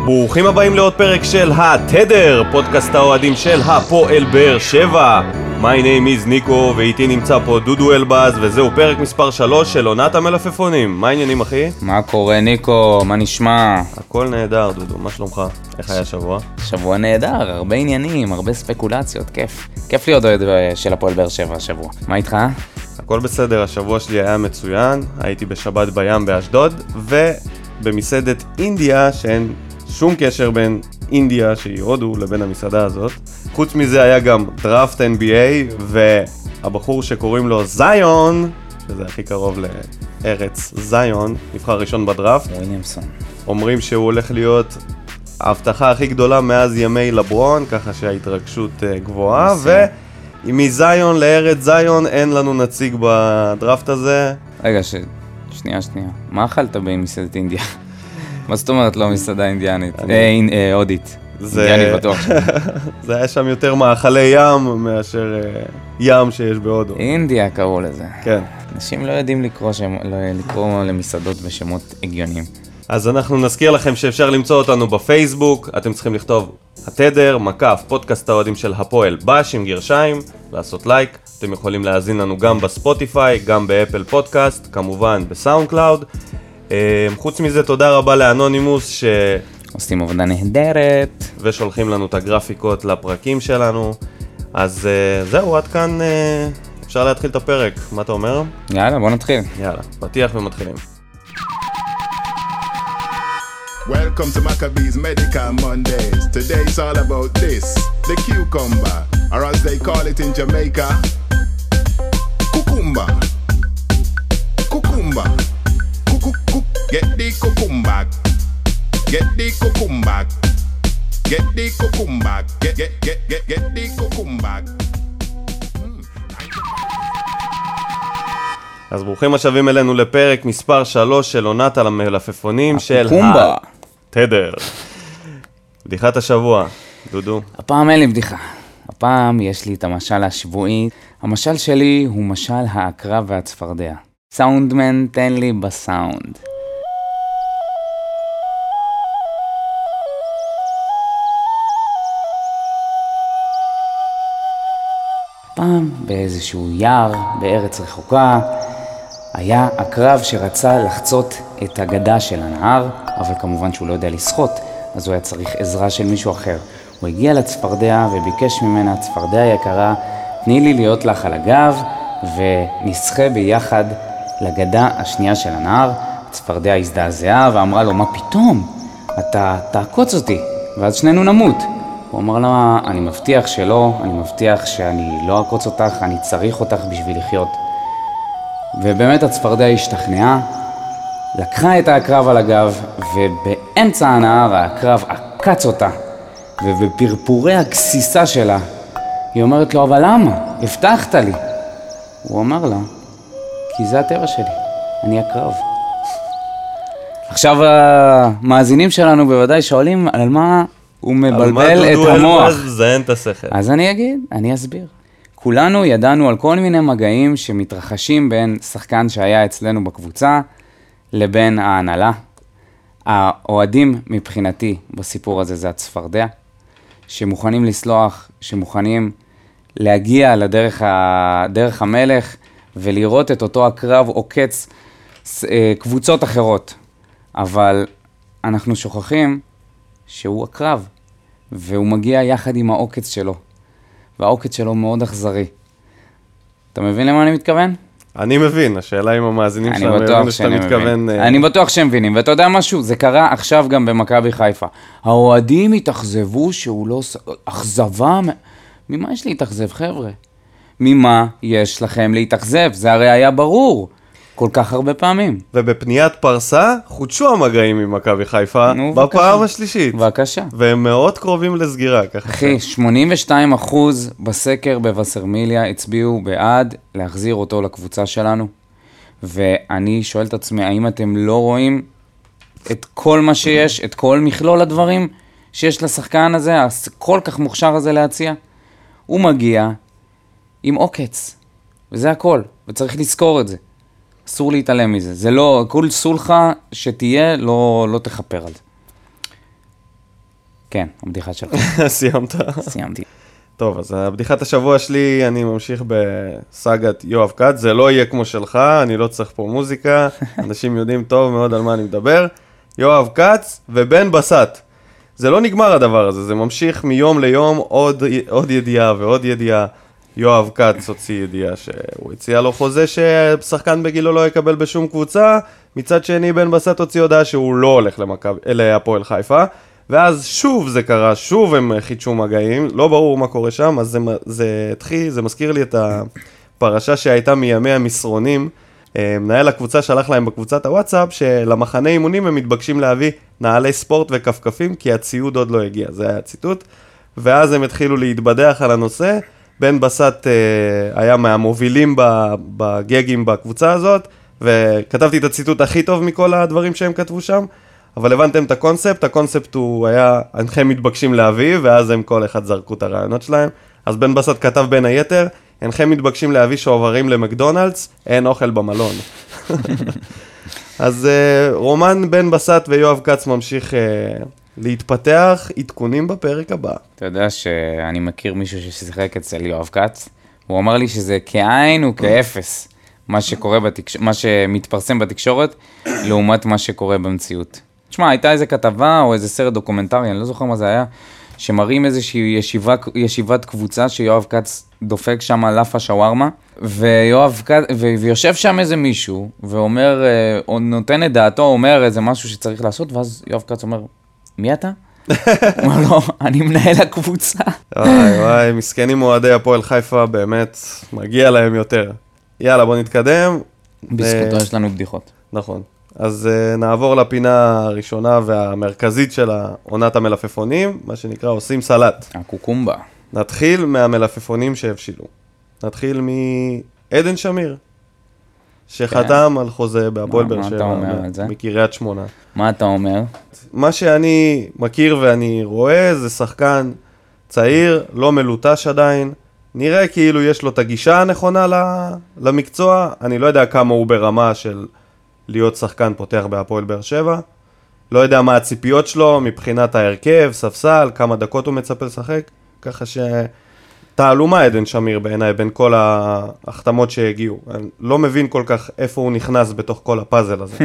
ברוכים הבאים לעוד פרק של התדר, פודקאסט האוהדים של הפועל באר שבע. My name is ניקו, ואיתי נמצא פה דודו אלבאז, וזהו פרק מספר 3 של עונת המלפפונים. מה העניינים, אחי? מה קורה, ניקו? מה נשמע? הכל נהדר, דודו, מה שלומך? איך היה שבוע? שבוע נהדר, הרבה עניינים, הרבה ספקולציות, כיף. כיף להיות אוהד של הפועל באר שבע השבוע. מה איתך? הכל בסדר, השבוע שלי היה מצוין, הייתי בשבת בים באשדוד, ובמסעדת אינדיה, שאין שום קשר בין אינדיה, שהיא הודו, לבין המסעדה הזאת. חוץ מזה היה גם דראפט NBA, והבחור שקוראים לו זיון, שזה הכי קרוב לארץ זיון, נבחר ראשון בדראפט. וויליאמסון. אומרים שהוא הולך להיות ההבטחה הכי גדולה מאז ימי לברון, ככה שההתרגשות גבוהה, ומזיון לארץ זיון אין לנו נציג בדראפט הזה. רגע, שנייה. מה אכלת במסעדת אינדיה? מה זאת אומרת לא מסעדה אינדיאנית? הודית. אינדיאנית בטוח. זה היה שם יותר מאכלי ים מאשר ים שיש בהודו. אינדיה קראו לזה. כן. אנשים לא יודעים לקרוא למסעדות בשמות הגיוניים. אז אנחנו נזכיר לכם שאפשר למצוא אותנו בפייסבוק, אתם צריכים לכתוב התדר, מקף, פודקאסט האוהדים של הפועל בש עם גרשיים, לעשות לייק, אתם יכולים להאזין לנו גם בספוטיפיי, גם באפל פודקאסט, כמובן בסאונד קלאוד. חוץ מזה, תודה רבה לאנונימוס עושים עבודה נהדרת ושולחים לנו את הגרפיקות לפרקים שלנו. אז זהו, עד כאן אפשר להתחיל את הפרק. מה אתה אומר? יאללה, בוא נתחיל. יאללה, פתיח ומתחילים. Welcome to Maccabees Medical Mondays. Today it's all about this, the cucumber, or as they call it in Jamaica, cucumber. Cucumber. Get the cucumber. Get the cucumber. Get the cucumber. Get the cucumber. אז ברוכים השבים אלינו לפרק מספר 3 של עונת על המלפפונים של התדר. בדיחת השבוע, דודו. הפעם אין לי בדיחה. הפעם יש לי את המשל השבועי. המשל שלי הוא משל העקרב והצפרדע. סאונדמן, תן לי בסאונד. פעם באיזשהו יער בארץ רחוקה היה עקרב שרצה לחצות את הגדה של הנהר, אבל כמובן שהוא לא יודע לשחות, אז הוא היה צריך עזרה של מישהו אחר. הוא הגיע לצפרדע וביקש ממנה, צפרדע יקרה, תני לי להיות לך על הגב ונשחה ביחד לגדה השנייה של הנהר. הצפרדע הזדעזעה ואמרה לו, מה פתאום? אתה תעקוץ אותי ואז שנינו נמות. הוא אמר לה, אני מבטיח שלא, אני מבטיח שאני לא אעקוץ אותך, אני צריך אותך בשביל לחיות. ובאמת הצפרדע השתכנעה, לקחה את העקרב על הגב, ובאמצע הנהר העקרב עקץ אותה, ובפרפורי הכסיסה שלה, היא אומרת לו, אבל למה? הבטחת לי. הוא אמר לה, כי זה הטבע שלי, אני עקרב. עכשיו המאזינים שלנו בוודאי שואלים על מה הוא מבלבל את המוח. זיין את השכל. אז אני אסביר. כולנו ידענו על כל מיני מגעים שמתרחשים בין שחקן שהיה אצלנו בקבוצה לבין ההנהלה. האוהדים מבחינתי בסיפור הזה זה הצפרדע, שמוכנים לסלוח, שמוכנים להגיע לדרך המלך ולראות את אותו הקרב עוקץ קבוצות אחרות. אבל אנחנו שוכחים שהוא הקרב, והוא מגיע יחד עם העוקץ שלו, והעוקץ שלו מאוד אכזרי. אתה מבין למה אני מתכוון? אני מבין, השאלה אם המאזינים שלנו מבינים שאתה מתכוון. אני בטוח שהם מבינים, ואתה יודע משהו? זה קרה עכשיו גם במכבי חיפה. האוהדים התאכזבו שהוא לא... אכזבה? ממה יש להתאכזב, חבר'ה? ממה יש לכם להתאכזב? זה הרי היה ברור. כל כך הרבה פעמים. ובפניית פרסה חודשו המגעים עם מכבי חיפה בפעם השלישית. בבקשה. והם מאוד קרובים לסגירה. אחי, 82% בסקר בווסרמיליה הצביעו בעד להחזיר אותו לקבוצה שלנו. ואני שואל את עצמי, האם אתם לא רואים את כל מה שיש, את כל מכלול הדברים שיש לשחקן הזה, כל כך מוכשר הזה להציע? הוא מגיע עם עוקץ, וזה הכל, וצריך לזכור את זה. אסור להתעלם מזה. זה לא, כל סולחה שתהיה, לא תחפר על זה. כן, הבדיחה שלך. סיימת? סיימתי. טוב, אז הבדיחת השבוע שלי, אני ממשיך בסאגת יואב כץ, זה לא יהיה כמו שלך, אני לא צריך פה מוזיקה, אנשים יודעים טוב מאוד על מה אני מדבר. יואב כץ ובן בסט. זה לא נגמר הדבר הזה, זה ממשיך מיום ליום עוד ידיעה ועוד ידיעה. יואב כץ הוציא ידיעה שהוא הציע לו חוזה ששחקן בגילו לא יקבל בשום קבוצה, מצד שני בן בסט הוציא הודעה שהוא לא הולך להפועל חיפה, ואז שוב זה קרה, שוב הם חידשו מגעים, לא ברור מה קורה שם, אז זה מזכיר לי את הפרשה שהייתה מימי המסרונים, מנהל הקבוצה שלח להם בקבוצת הוואטסאפ, שלמחנה אימונים הם מתבקשים להביא נעלי ספורט וכפכפים, כי הציוד עוד לא הגיע, זה היה הציטוט, ואז הם התחילו להתבדח על הנושא, בן בסט היה מהמובילים בגגים בקבוצה הזאת, וכתבתי את הציטוט הכי טוב מכל הדברים שהם כתבו שם, אבל הבנתם את הקונספט, הקונספט הוא היה, אינכם מתבקשים להביא, ואז הם כל אחד זרקו את הרעיונות שלהם, אז בן בסט כתב בין היתר, אינכם מתבקשים להביא שוברים למקדונלדס, אין אוכל במלון. אז רומן בן בסט ויואב כץ ממשיך להתפתח, עדכונים בפרק הבא. אתה יודע שאני מכיר מישהו ששיחק אצל יואב כץ, הוא אמר לי שזה כאין וכאפס, מה שמתפרסם בתקשורת, לעומת מה שקורה במציאות. תשמע, הייתה איזה כתבה או איזה סרט דוקומנטרי, אני לא זוכר מה זה היה, שמראים איזושהי ישיבת קבוצה שיואב כץ דופק שם לאפה שווארמה, ויושב שם איזה מישהו, ואומר, או נותן את דעתו, אומר איזה משהו שצריך לעשות, ואז יואב כץ אומר, מי אתה? הוא אומר לו, אני מנהל הקבוצה. וואי, מסכנים אוהדי הפועל חיפה, באמת, מגיע להם יותר. יאללה, בוא נתקדם. בזכותו יש לנו בדיחות. נכון. אז נעבור לפינה הראשונה והמרכזית של עונת המלפפונים, מה שנקרא עושים סלט. הקוקומבה. נתחיל מהמלפפונים שהבשילו. נתחיל מעדן שמיר, שחתם על חוזה בהפועל באר שבע, מקריית שמונה. מה אתה אומר? מה שאני מכיר ואני רואה זה שחקן צעיר, לא מלוטש עדיין, נראה כאילו יש לו את הגישה הנכונה למקצוע, אני לא יודע כמה הוא ברמה של להיות שחקן פותח בהפועל באר שבע, לא יודע מה הציפיות שלו מבחינת ההרכב, ספסל, כמה דקות הוא מצפה לשחק, ככה תעלומה עדן שמיר בעיניי בין כל ההחתמות שהגיעו. אני לא מבין כל כך איפה הוא נכנס בתוך כל הפאזל הזה.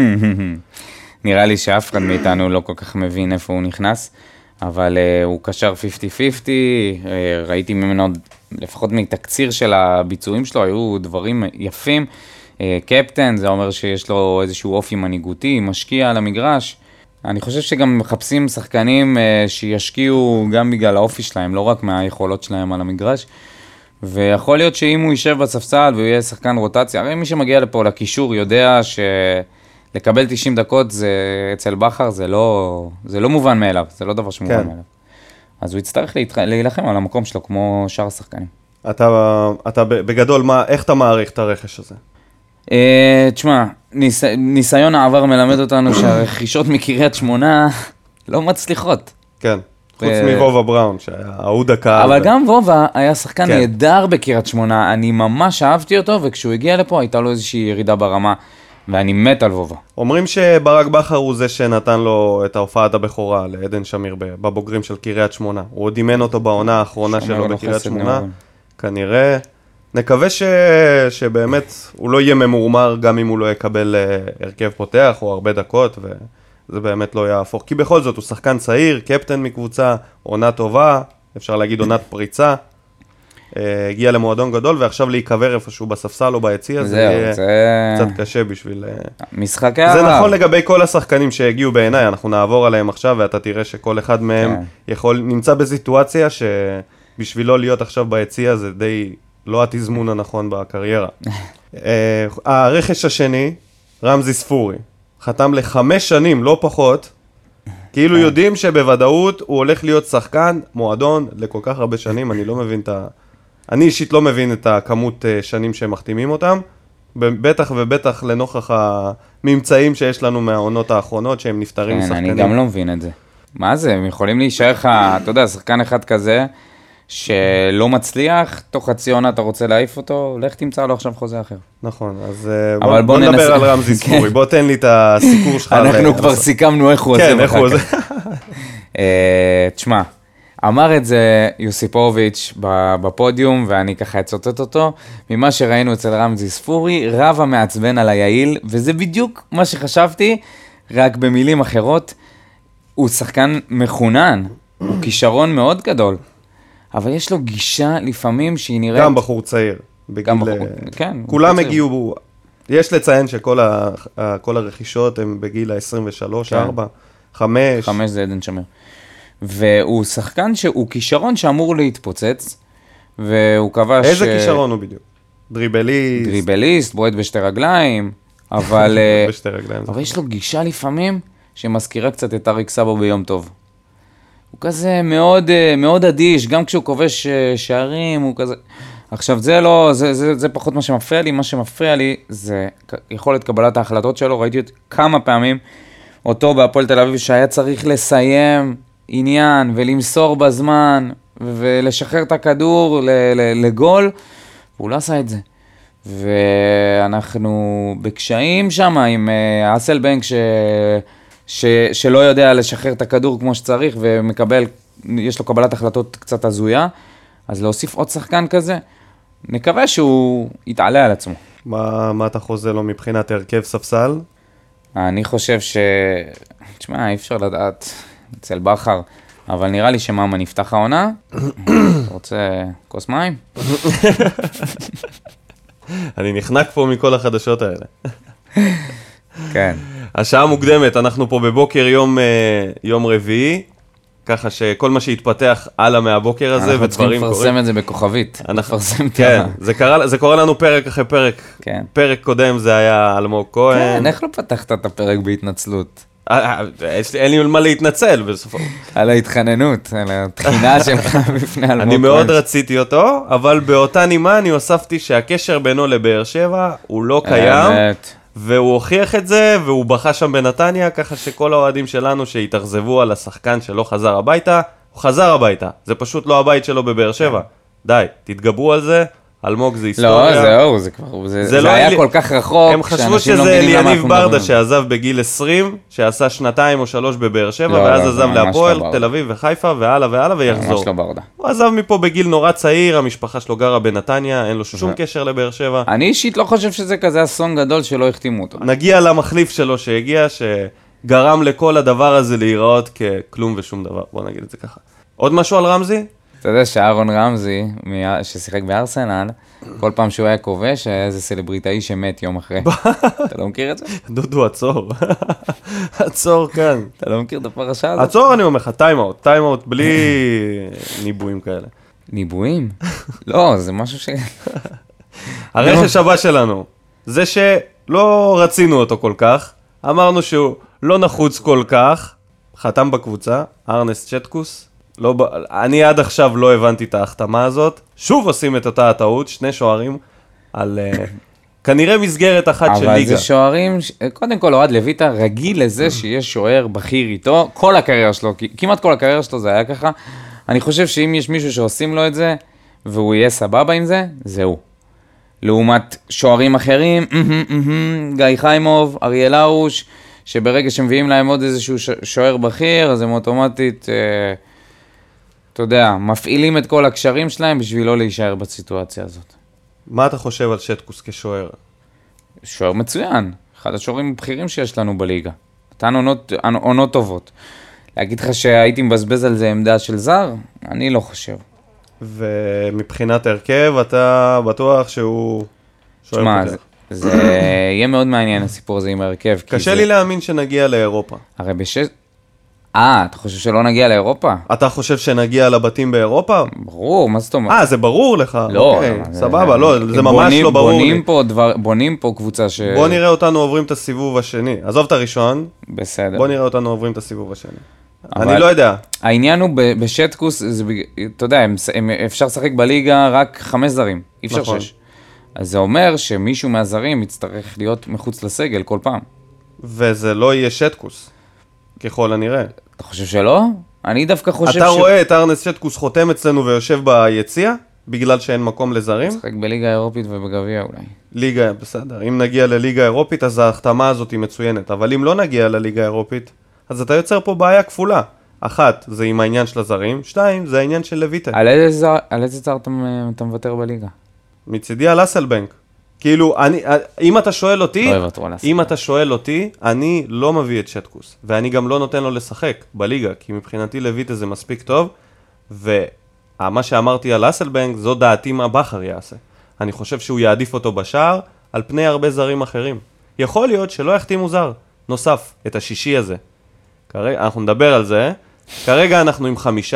נראה לי שאף אחד מאיתנו לא כל כך מבין איפה הוא נכנס, אבל הוא קשר 50-50, ראיתי ממנו, לפחות מתקציר של הביצועים שלו, היו דברים יפים. קפטן, זה אומר שיש לו איזשהו אופי מנהיגותי, משקיע על המגרש. אני חושב שגם מחפשים שחקנים שישקיעו גם בגלל האופי שלהם, לא רק מהיכולות שלהם על המגרש. ויכול להיות שאם הוא יישב בספסל והוא יהיה שחקן רוטציה, הרי מי שמגיע לפה לקישור יודע שלקבל 90 דקות אצל בחר זה לא מובן מאליו, זה לא דבר שמובן מאליו. אז הוא יצטרך להילחם על המקום שלו כמו שאר השחקנים. אתה בגדול, איך אתה מעריך את הרכש הזה? תשמע, ניסיון העבר מלמד אותנו שהרכישות מקריית שמונה לא מצליחות. כן, חוץ מוובה בראון, שהיה אהוד הקהל. אבל גם וובה היה שחקן נהדר בקריית שמונה, אני ממש אהבתי אותו, וכשהוא הגיע לפה הייתה לו איזושהי ירידה ברמה, ואני מת על וובה. אומרים שברק בכר הוא זה שנתן לו את ההופעת הבכורה לעדן שמיר בבוגרים של קריית שמונה. הוא דימן אותו בעונה האחרונה שלו בקריית שמונה, כנראה. נקווה שבאמת הוא לא יהיה ממורמר גם אם הוא לא יקבל הרכב פותח או הרבה דקות, וזה באמת לא יהפוך. כי בכל זאת הוא שחקן צעיר, קפטן מקבוצה, עונה טובה, אפשר להגיד עונת פריצה, הגיע למועדון גדול, ועכשיו להיקבר איפשהו בספסל או ביציע, זה יהיה קצת קשה בשביל... משחקי הרב. זה נכון לגבי כל השחקנים שהגיעו בעיניי, אנחנו נעבור עליהם עכשיו, ואתה תראה שכל אחד מהם נמצא בסיטואציה שבשבילו להיות עכשיו ביציע זה די... לא התזמון הנכון בקריירה. הרכש השני, רמזי ספורי, חתם ל5 שנים, לא פחות, כאילו יודעים שבוודאות הוא הולך להיות שחקן, מועדון, לכל כך הרבה שנים, אני לא מבין אני אישית לא מבין את הכמות שנים שהם מחתימים אותם, בטח ובטח לנוכח הממצאים שיש לנו מהעונות האחרונות, שהם נפטרים משחקנים. אני גם לא מבין את זה. מה זה? הם יכולים להישאר לך, אתה יודע, שחקן אחד כזה, שלא מצליח, תוך חצי עונה אתה רוצה להעיף אותו, לך תמצא לו עכשיו חוזה אחר. נכון, אז בוא נדבר על רמזי ספורי, בוא תן לי את הסיקור שלך. אנחנו כבר סיכמנו איך הוא עושה. כן, איך הוא עושה. תשמע, אמר את זה יוסיפוביץ' בפודיום, ואני ככה אצוטט אותו, ממה שראינו אצל רמזי ספורי, רב המעצבן על היעיל, וזה בדיוק מה שחשבתי, רק במילים אחרות, הוא שחקן מחונן, הוא כישרון מאוד גדול, אבל יש לו גישה לפעמים שהיא נראית... גם בחור צעיר. גם בחור, כן. כולם הגיעו, יש לציין שכל הרכישות הם בגיל ה-23, 4, 5. 5 זה עדן שמיר. והוא שחקן שהוא כישרון שאמור להתפוצץ, והוא כבש... איזה כישרון הוא בדיוק? דריבליסט? דריבליסט, בועט בשתי רגליים, אבל... בשתי רגליים. אבל יש לו גישה לפעמים שמזכירה קצת את אריק סאבו ביום טוב. הוא כזה מאוד, מאוד אדיש, גם כשהוא כובש שערים, הוא כזה... עכשיו זה לא, זה פחות מה שמפריע לי, מה שמפריע לי זה יכולת קבלת ההחלטות שלו, ראיתי כמה פעמים אותו בהפועל תל אביב שהיה צריך לסיים עניין ולמסור בזמן ולשחרר את הכדור לגול, והוא לא עשה את זה. ואנחנו בקשיים שם עם אסלבנק שלא יודע לשחרר את הכדור כמו שצריך ומקבל, יש לו קבלת החלטות קצת הזויה, אז להוסיף עוד שחקן כזה, נקווה שהוא יתעלה על עצמו. מה אתה חוזה לו מבחינת הרכב ספסל? אני חושב תשמע, אי אפשר לדעת אצל בחר, אבל נראה לי שמאמה נפתח העונה. אתה רוצה כוס מים? אני נחנק פה מכל החדשות האלה. כן. השעה מוקדמת, אנחנו פה בבוקר יום רביעי, ככה שכל מה שהתפתח הלאה מהבוקר הזה ודברים קורים. אנחנו צריכים לפרסם את זה בכוכבית. כן, זה קורה לנו פרק אחרי פרק. כן. פרק קודם זה היה אלמוג כהן. כן, איך לא פתחת את הפרק בהתנצלות? אין לי מה להתנצל בסופו. על ההתחננות, על התחינה שלך בפני אלמוג כהן. אני מאוד רציתי אותו, אבל באותה נימה אני הוספתי שהקשר בינו לבאר שבע הוא לא קיים. והוא הוכיח את זה, והוא בכה שם בנתניה, ככה שכל האוהדים שלנו שהתאכזבו על השחקן שלא חזר הביתה, הוא חזר הביתה. זה פשוט לא הבית שלו בבאר שבע. די, תתגברו על זה, אלמוג זה היסטוריה. לא, זה היה כל כך רחוק, הם חשבו שזה אליניב ברדה שעזב בגיל 20, שעשה 2 או 3 בבאר שבע, ואז עזב להפועל, תל אביב וחיפה, והלאה והלאה, ויחזור. הוא עזב מפה בגיל נורא צעיר, המשפחה שלו גרה בנתניה, אין לו שום קשר לבאר שבע. אני אישית לא חושב שזה כזה אסון גדול שלא החתימו אותו. נגיע למחליף שלו שהגיע, שגרם לכל הדבר הזה להיראות ככלום ושום דבר, בוא נגיד את זה ככה. עוד משהו על רמזי? אתה יודע שאהרון רמזי, ששיחק בארסנל, כל פעם שהוא היה כובש, היה איזה סלבריטאי שמת יום אחרי. אתה לא מכיר את זה? דודו, עצור. עצור כאן. אתה לא מכיר את הפרשה הזאת? עצור, אני אומר לך, טיימאוט בלי ניבויים כאלה. ניבויים? לא, זה משהו ש... הרכש הבא שלנו, זה שלא רצינו אותו כל כך, אמרנו שהוא לא נחוץ כל כך, חתם בקבוצה, ארנסט צ'טקוס, אני עד עכשיו לא הבנתי את ההחתמה הזאת, שוב עושים את אותה הטעות, 2 שוערים על כנראה מסגרת אחת של ליגה. אבל זה שוערים, קודם כל אוהד לויטה רגיל לזה שיש שוער בכיר איתו, כל הקריירה שלו, כמעט כל הקריירה שלו זה היה ככה, אני חושב שאם יש מישהו שעושים לו את זה, והוא יהיה סבבה עם זה, זה הוא. לעומת שוערים אחרים, גיא חיימוב, אריאל ארוש, שברגע שמביאים להם עוד איזשהו שוער בכיר, אז הם אוטומטית... אתה יודע, מפעילים את כל הקשרים שלהם בשביל לא להישאר בסיטואציה הזאת. מה אתה חושב על שטקוס כשוער? שוער מצוין, אחד השוערים הבכירים שיש לנו בליגה. נתן עונות טובות. להגיד לך שהייתי מבזבז על זה עמדה של זר? אני לא חושב. ומבחינת הרכב, אתה בטוח שהוא שוער פותח? זה יהיה מאוד מעניין הסיפור הזה עם הרכב. קשה לי להאמין שנגיע לאירופה. הרי אתה חושב שלא נגיע לאירופה? אתה חושב שנגיע לבתים באירופה? ברור, מה זאת אומרת? זה ברור לך? לא. אוקיי, סבבה, לא, זה ממש לא ברור לי. בונים פה קבוצה ש... בוא נראה אותנו עוברים את הסיבוב השני. עזוב את הראשון. בסדר. בוא נראה אותנו עוברים את הסיבוב השני. אני לא יודע. העניין הוא בשטקוס, אתה יודע, אפשר לשחק בליגה רק 5 זרים, אי אפשר 6. אז זה אומר שמישהו מהזרים יצטרך להיות מחוץ לסגל כל פעם. וזה לא יהיה שטקוס. ככל הנראה. אתה חושב שלא? אני דווקא חושב אתה רואה את ארנס שטקוס חותם אצלנו ויושב ביציע, בגלל שאין מקום לזרים? משחק בליגה האירופית ובגביע אולי. ליגה, בסדר. אם נגיע לליגה האירופית, אז ההחתמה הזאת היא מצוינת. אבל אם לא נגיע לליגה האירופית, אז אתה יוצר פה בעיה כפולה. אחת, זה עם העניין של הזרים. שתיים, זה העניין של לויטה. על איזה זר אתה מוותר בליגה? מצידי על אסלבנק. כאילו, אם אתה שואל אותי, לא יוותרו על אסלבנק. אם אתה שואל אותי, אני לא מביא את שטקוס. ואני גם לא נותן לו לשחק בליגה, כי מבחינתי לויטה זה מספיק טוב, ומה שאמרתי על אסלבנק, זו דעתי מה בחר יעשה. אני חושב שהוא יעדיף אותו בשער, על פני הרבה זרים אחרים. יכול להיות שלא יחתימו זר נוסף, את השישי הזה. אנחנו נדבר על זה. כרגע אנחנו עם 5,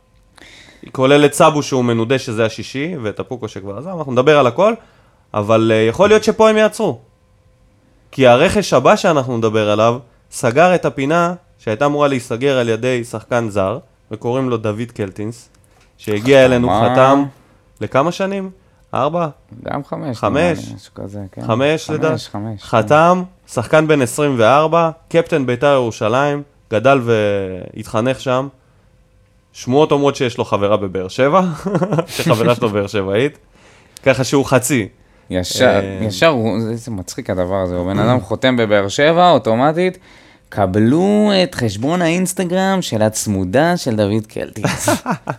כולל את סאבו שהוא מנודה שזה השישי, ואת הפוקו שכבר עזר, אנחנו נדבר על הכל, אבל יכול להיות שפה הם יעצרו. כי הרכש הבא שאנחנו נדבר עליו, סגר את הפינה שהייתה אמורה להיסגר על ידי שחקן זר, וקוראים לו דוד קלטינס, שהגיע אלינו חתם לכמה שנים? 4? גם 5. 5? משהו כזה, כן. 5 לדעת? 5. חתם, שחקן בן 24, קפטן בית"ר ירושלים, גדל והתחנך שם. שמועות אומרות שיש לו חברה בבאר שבע, שחברה שלו באר שבעית, ככה שהוא חצי. ישר, זה מצחיק הדבר הזה, הוא בן אדם חותם בבאר שבע, אוטומטית, קבלו את חשבון האינסטגרם של הצמודה של דוד קלטינס.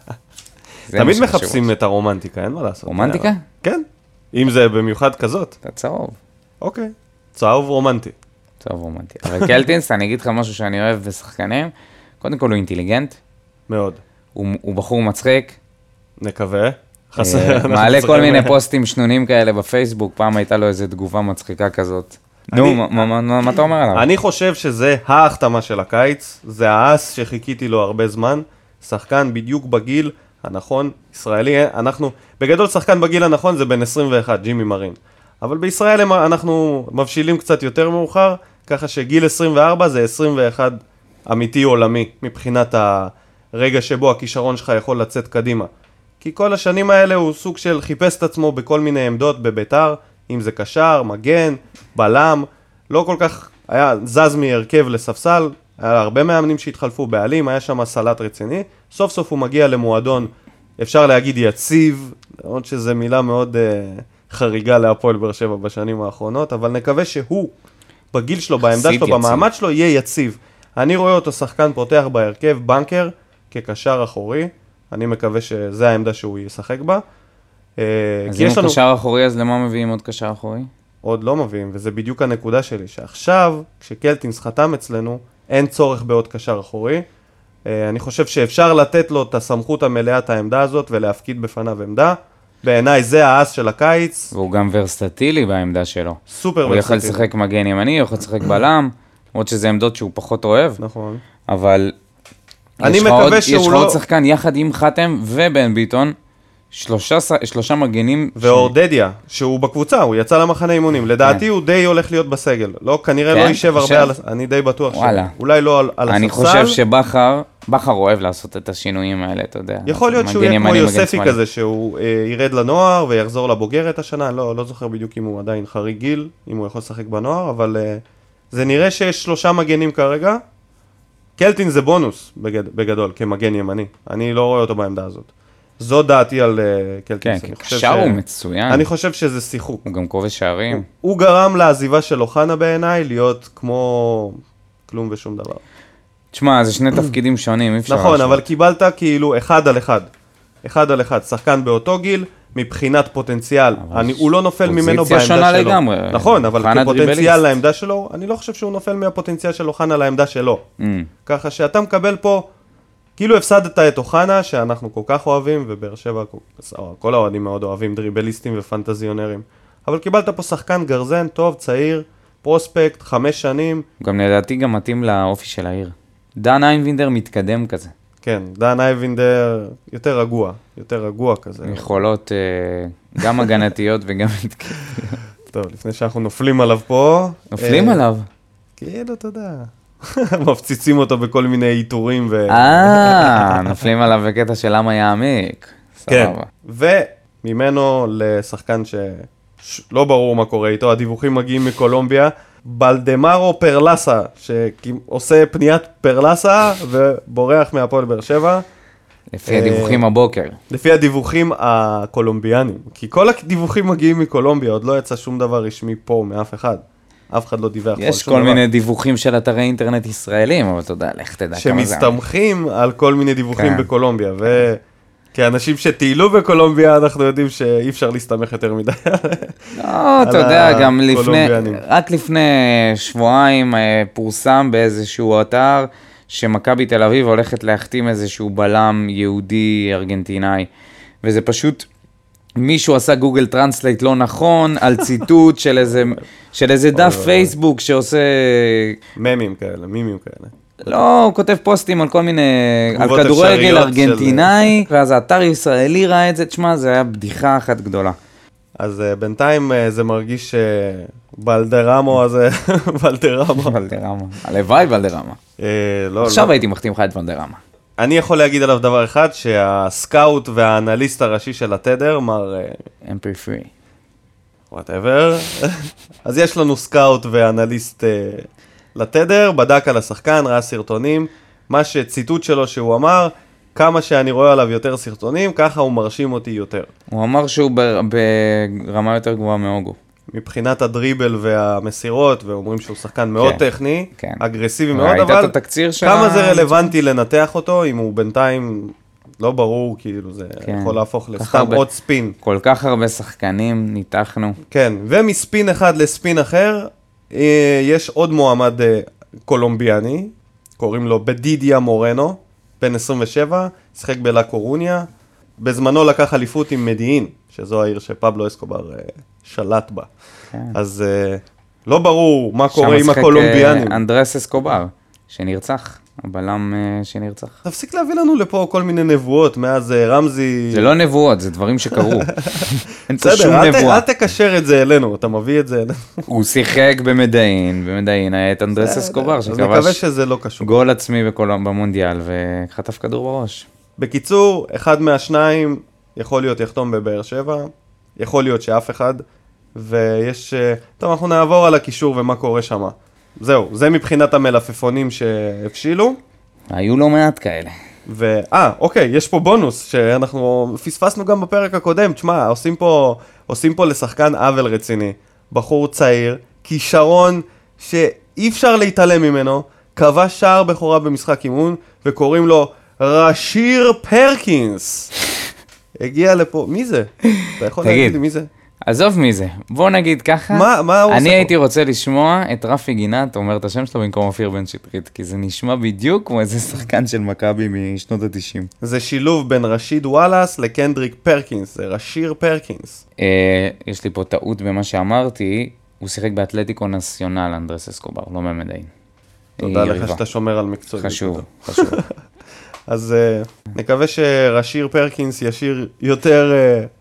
תמיד מחפשים את הרומנטיקה, אין מה לעשות. רומנטיקה? כן, אם זה במיוחד כזאת. אתה צהוב. אוקיי, צהוב רומנטי. צהוב רומנטי. אבל קלטינס, אני אגיד לך משהו שאני אוהב בשחקנים, קודם כל הוא אינטליגנט. מאוד. הוא בחור מצחיק. נקווה. מעלה כל מיני פוסטים שנונים כאלה בפייסבוק, פעם הייתה לו איזו תגובה מצחיקה כזאת. נו, מה אתה אומר עליו? אני חושב שזה ההחתמה של הקיץ, זה האס שחיכיתי לו הרבה זמן, שחקן בדיוק בגיל הנכון, ישראלי, אנחנו, בגדול שחקן בגיל הנכון זה בן 21, ג'ימי מרין, אבל בישראל אנחנו מבשילים קצת יותר מאוחר, ככה שגיל 24 זה 21 אמיתי עולמי, מבחינת הרגע שבו הכישרון שלך יכול לצאת קדימה. כי כל השנים האלה הוא סוג של חיפש את עצמו בכל מיני עמדות בביתר, אם זה קשר, מגן, בלם, לא כל כך היה זז מהרכב לספסל, היה הרבה מאמנים שהתחלפו בעלים, היה שם סלט רציני, סוף סוף הוא מגיע למועדון, אפשר להגיד יציב, עוד שזו מילה מאוד חריגה להפועל באר שבע בשנים האחרונות, אבל נקווה שהוא, בגיל שלו, בעמדה שלו, במעמד שלו, יהיה יציב. אני רואה אותו שחקן פותח בהרכב, בנקר, כקשר אחורי, אני מקווה שזה העמדה שהוא ישחק בה. אז אם הוא קשר אחורי, אז למה מביאים עוד קשר אחורי? עוד לא מביאים, וזה בדיוק הנקודה שלי, שעכשיו, כשקלטינס חתם אצלנו, אין צורך בעוד קשר אחורי. אני חושב שאפשר לתת לו את הסמכות המלאה, את העמדה הזאת, ולהפקיד בפניו עמדה. בעיניי זה האס של הקיץ. והוא גם ורסטטילי בעמדה שלו. סופר ורסטטילי. הוא יכול לשחק מגן ימני, הוא יכול לשחק בלם, עוד שזה עמדות שהוא פחות אוהב. נכון. אבל אני מקווה שהוא לא... יש לך עוד שחקן יחד עם חתם ובן ביטון, שלושה מגנים... ואורדדיה, שהוא בקבוצה, הוא יצא למחנה אימונים. לדעתי הוא די הולך להיות בסגל. לא, כנראה לא יישב הרבה, אני די בטוח שאולי לא על הספסל. אני חושב שבחר אוהב לעשות את השינויים האלה, אתה יודע. יכול להיות שהוא יהיה כמו יוספי כזה, שהוא ירד לנוער ויחזור לבוגרת השנה. לא זוכר בדיוק אם הוא עדיין חריג גיל, אם הוא יכול לשחק בנוער, אבל זה נראה שיש 3 מגנים כרגע. קלטין זה בונוס בגדול, כמגן ימני. אני לא רואה אותו בעמדה הזאת. זו דעתי על קלטינס. כן, קשר הוא מצוין. אני חושב שזה שיחוק. הוא גם כובש שערים. הוא גרם לעזיבה של אוחנה בעיניי להיות כמו כלום ושום דבר. תשמע, זה שני תפקידים שונים, אי אפשר נכון, להשוות. אבל קיבלת כאילו 1 על 1. 1 על 1, שחקן באותו גיל, מבחינת פוטנציאל. הוא לא נופל ממנו בעמדה שלו. פוזיציה שונה לגמרי. נכון, אבל כפוטנציאל לעמדה שלו, אני לא חושב שהוא נופל מהפוטנציאל של אוחנה לעמדה שלו. ככה שאתה מקבל פה, כאילו הפסדת את אוחנה, שאנחנו כל כך אוהבים, ובאר שבע, כל האוהדים מאוד אוהבים, דריבליסטים ופנטזיונרים. אבל קיבלת פה שחקן גרזן, טוב, צעיר, פרוספקט, 5 שנים. גם לדעתי גם מתאים לאופי של העיר. דן איינבינדר מתקדם כזה. כן, דן איינבינדר יותר רגוע כזה. יכולות גם הגנתיות וגם מתקדמיות. טוב, לפני שאנחנו נופלים עליו פה. נופלים עליו? כאילו, אתה יודע. מפציצים אותו בכל מיני איתורים נופלים עליו בקטע של למה יעמיק. כן, וממנו לשחקן שלא ברור מה קורה איתו, הדיווחים מגיעים מקולומביה, בלדמרו פרלסה, שעושה פניית פרלסה ובורח מהפועל באר שבע. לפי הדיווחים הבוקר. לפי הדיווחים הקולומביאנים. כי כל הדיווחים מגיעים מקולומביה, עוד לא יצא שום דבר רשמי פה מאף אחד. אף אחד לא דיווח פה על יש שום כל דבר. מיני דיווחים של אתרי אינטרנט ישראלים, אבל אתה יודע, לך תדע כמה זה. שמסתמכים על כל מיני דיווחים כן. בקולומביה, וכאנשים שטיילו בקולומביה, אנחנו יודעים שאי אפשר להסתמך יותר מדי. לא, אתה יודע, גם הקולומביאנים. רק לפני שבועיים פורסם באיזשהו אתר, שמכבי תל אביב הולכת להחתים איזשהו בלם יהודי ארגנטינאי, וזה פשוט, מישהו עשה גוגל טרנסלייט לא נכון, על ציטוט של איזה דף פייסבוק שעושה... מימים כאלה. לא, הוא כותב פוסטים על כל מיני, על תגובות כדורגל אפשריות ארגנטינאי, ואז האתר ישראלי ראה את זה, תשמע, זה היה בדיחה אחת גדולה. אז בינתיים זה מרגיש בלדרמו הזה, בלדרמה. ולדרמה, הלוואי ולדרמה. לא, עכשיו הייתי מחתים לך את ולדרמה. אני יכול להגיד עליו דבר אחד, שהסקאוט והאנליסט הראשי של התדר, מר... MP3. whatever. אז יש לנו סקאוט ואנליסט לתדר, בדק על השחקן, ראה סרטונים, מה שציטוט שלו שהוא אמר, כמה שאני רואה עליו יותר סרטונים, ככה הוא מרשים אותי יותר. הוא אמר שהוא ברמה יותר גבוהה מאוגו. מבחינת הדריבל והמסירות, ואומרים שהוא שחקן מאוד טכני, כן. אגרסיבי מאוד, ראית אבל את התקציר כמה זה רלוונטי לנתח אותו, אם הוא בינתיים לא ברור, כאילו זה יכול להפוך לסתם עוד ספין. כל כך הרבה שחקנים, ניתחנו. כן, ומספין אחד לספין אחר, יש עוד מועמד קולומביאני, קוראים לו בדידיה מורנו, בן 27, שחק בלה קורוניה, בזמנו לקח אליפות עם מדיעין, שזו העיר שפבלו אסקובר שלט בה. אז לא ברור מה קורה עם הקולומביאנים. שם משחק אנדרס אסקובר, שנרצח, הבלם שנרצח. תפסיק להביא לנו לפה כל מיני נבואות, מאז רמזי... זה לא נבואות, זה דברים שקרו. אין פה שום בסדר, נבואה. אל תקשר את זה אלינו, אתה מביא את זה אלינו. הוא שיחק במדיעין היה את אנדרס אסקובר, אז נקווה שזה לא קשור. גול עצמי במונדיאל, וחטף כדור בראש. בקיצור, אחד מהשניים יכול להיות יחתום בבאר שבע, יכול להיות שאף אחד, ויש... טוב, אנחנו נעבור על הקישור ומה קורה שם. זהו, זה מבחינת המלפפונים שהפשילו. היו לא מעט כאלה. אוקיי, יש פה בונוס שאנחנו פספסנו גם בפרק הקודם. תשמע, עושים פה לשחקן עוול רציני. בחור צעיר, כישרון שאי אפשר להתעלם ממנו, כבש שער בכורה במשחק אימון, וקוראים לו רשיר פרקינס. הגיע לפה, מי זה? אתה יכול להגיד לי מי זה? עזוב מי זה, בוא נגיד ככה, מה הוא עושה אני פה? הייתי רוצה לשמוע את רפי גינת אומר את השם שלו במקום אופיר בן שטרית, כי זה נשמע בדיוק כמו איזה שחקן של מכבי משנות ה-90. זה שילוב בין רשיד וואלאס לקנדריק פרקינס, זה רשיר פרקינס. יש לי פה טעות במה שאמרתי, הוא שיחק באתלטיקו נציונל אנדרס אסקובר, לא ממדיין. תודה לך שאתה שומר על מקצועי. חשוב. אז נקווה שרשיר פרקינס ישיר יותר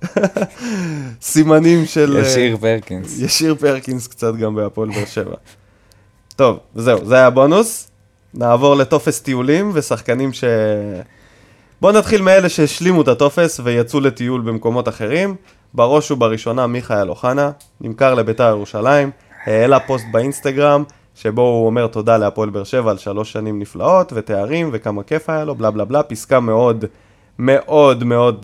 סימנים של... ישיר פרקינס קצת גם בהפועל באר שבע. טוב, וזהו, זה היה בונוס. נעבור לטופס טיולים ושחקנים בואו נתחיל מאלה שהשלימו את הטופס ויצאו לטיול במקומות אחרים. בראש ובראשונה מיכאל אוחנה, נמכר לביתר ירושלים, העלה פוסט באינסטגרם, שבו הוא אומר תודה להפועל באר שבע על 3 שנים נפלאות ותארים וכמה כיף היה לו, בלה בלה בלה, פסקה מאוד מאוד מאוד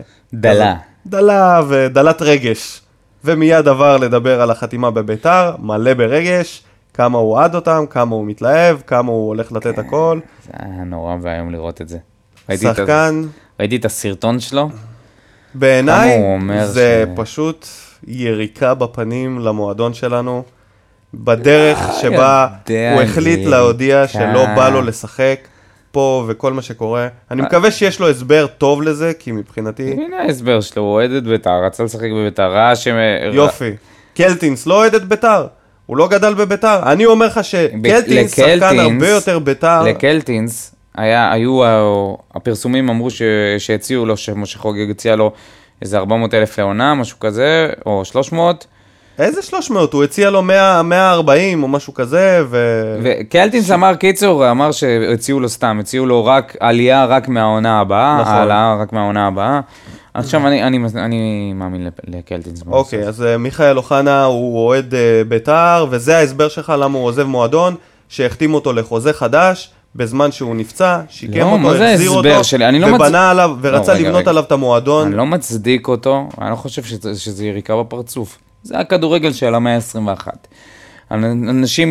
דלה ודלת רגש. ומיד עבר לדבר על החתימה בביתר, מלא ברגש, כמה הוא עד אותם, כמה הוא מתלהב, כמה הוא הולך לתת הכל. זה היה נורא והיום לראות את זה. שחקן... ראיתי את הסרטון שלו. בעיניי זה פשוט יריקה בפנים למועדון שלנו. בדרך שבה הוא החליט להודיע שלא בא לו לשחק פה וכל מה שקורה. אני מקווה שיש לו הסבר טוב לזה, כי מבחינתי... הנה ההסבר שלו, הוא אוהד את ביתר, רצה לשחק בביתר, ראה יופי. קלטינס לא אוהד את ביתר, הוא לא גדל בביתר. אני אומר לך שקלטינס שחקן הרבה יותר ביתר. לקלטינס, הפרסומים אמרו שהציעו לו, שמשה חוגג הציע לו איזה 400,000 לעונה, משהו כזה, או 300. איזה 300? הוא הציע לו 140 או משהו כזה, וקלטינס אמר קיצור, אמר שהציעו לו סתם, הציעו לו רק עלייה רק מהעונה הבאה, העלאה רק מהעונה הבאה, עכשיו אני מאמין לקלטינס. אוקיי, אז מיכאל אוחנה הוא אוהד בית"ר, וזה ההסבר שלך למה הוא עוזב מועדון, שהחתים אותו לחוזה חדש, בזמן שהוא נפצע, שיקם אותו, החזיר אותו, ובנה עליו, ורצה לבנות עליו את המועדון. אני לא מצדיק אותו, אני לא חושב שזה יריקה בפרצוף. זה הכדורגל של המאה ה-21. אנשים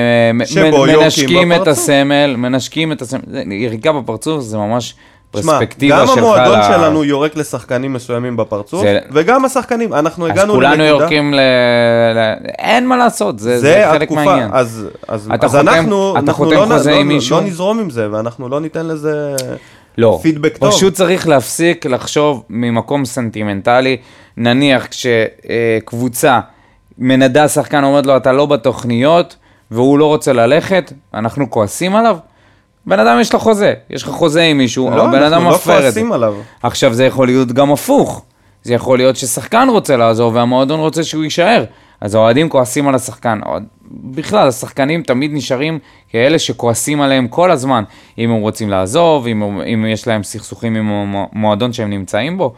מנשקים את הסמל, יריקה בפרצוף זה ממש פרספקטיבה שלך. גם המועדון שלנו יורק לשחקנים מסוימים בפרצוף, וגם השחקנים, אנחנו הגענו לנקודה. אז כולנו יורקים אין מה לעשות, זה חלק מהעניין. אז אנחנו לא נזרום עם זה, ואנחנו לא ניתן לזה פידבק טוב. פשוט צריך להפסיק לחשוב ממקום סנטימנטלי, נניח כשקבוצה מנדה שחקן אומרת לו, אתה לא בתוכניות, והוא לא רוצה ללכת, אנחנו כועסים עליו. בן אדם יש לו חוזה, יש לך חוזה עם מישהו, לא, בן אדם מפר את זה. אנחנו לא כועסים עליו. עכשיו זה יכול להיות גם הפוך. זה יכול להיות ששחקן רוצה לעזור, והמועדון רוצה שהוא יישאר. אז האוהדים כועסים על השחקן. בכלל, השחקנים תמיד נשארים כאלה שכועסים עליהם כל הזמן. אם הם רוצים לעזוב, אם יש להם סכסוכים עם המועדון שהם נמצאים בו.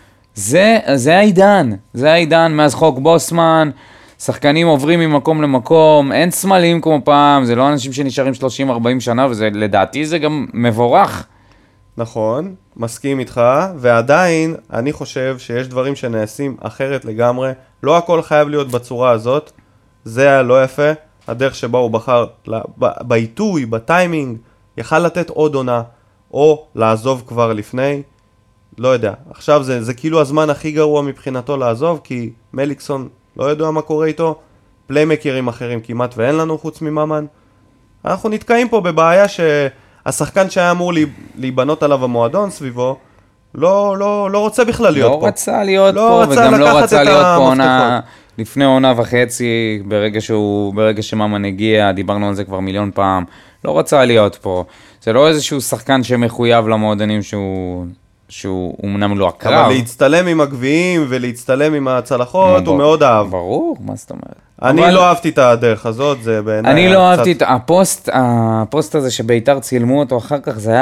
זה העידן, מאז חוק בוסמן, שחקנים עוברים ממקום למקום, אין סמלים כמו פעם, זה לא אנשים שנשארים 30-40 שנה, ולדעתי זה גם מבורך. נכון, מסכים איתך, ועדיין אני חושב שיש דברים שנעשים אחרת לגמרי, לא הכל חייב להיות בצורה הזאת, זה היה לא יפה, הדרך שבה הוא בחר, בעיתוי, בטיימינג, יכל לתת עוד עונה, או לעזוב כבר לפני, לא יודע, עכשיו זה כאילו הזמן הכי גרוע מבחינתו לעזוב, כי מליקסון לא יודע מה קורה איתו, פליימקרים אחרים כמעט ואין לנו חוץ מממן. אנחנו נתקעים פה בבעיה שהשחקן שהיה אמור להיבנות עליו המועדון סביבו, לא רוצה בכלל להיות פה. לא רצה להיות פה, וגם לא רצה להיות פה לפני עונה וחצי, ברגע שממן הגיע, דיברנו על זה כבר מיליון פעם, לא רצה להיות פה. זה לא איזשהו שחקן שמחויב למועדונים שהוא אמנם לא הקרב. אבל להצטלם עם הגביעים ולהצטלם עם הצלחות, הוא מאוד אהב. ברור, מה זאת אומרת? אני לא אהבתי את הדרך הזאת, זה בעיניי... אני לא אהבתי את הפוסט הזה שבית"ר צילמו אותו אחר כך, זה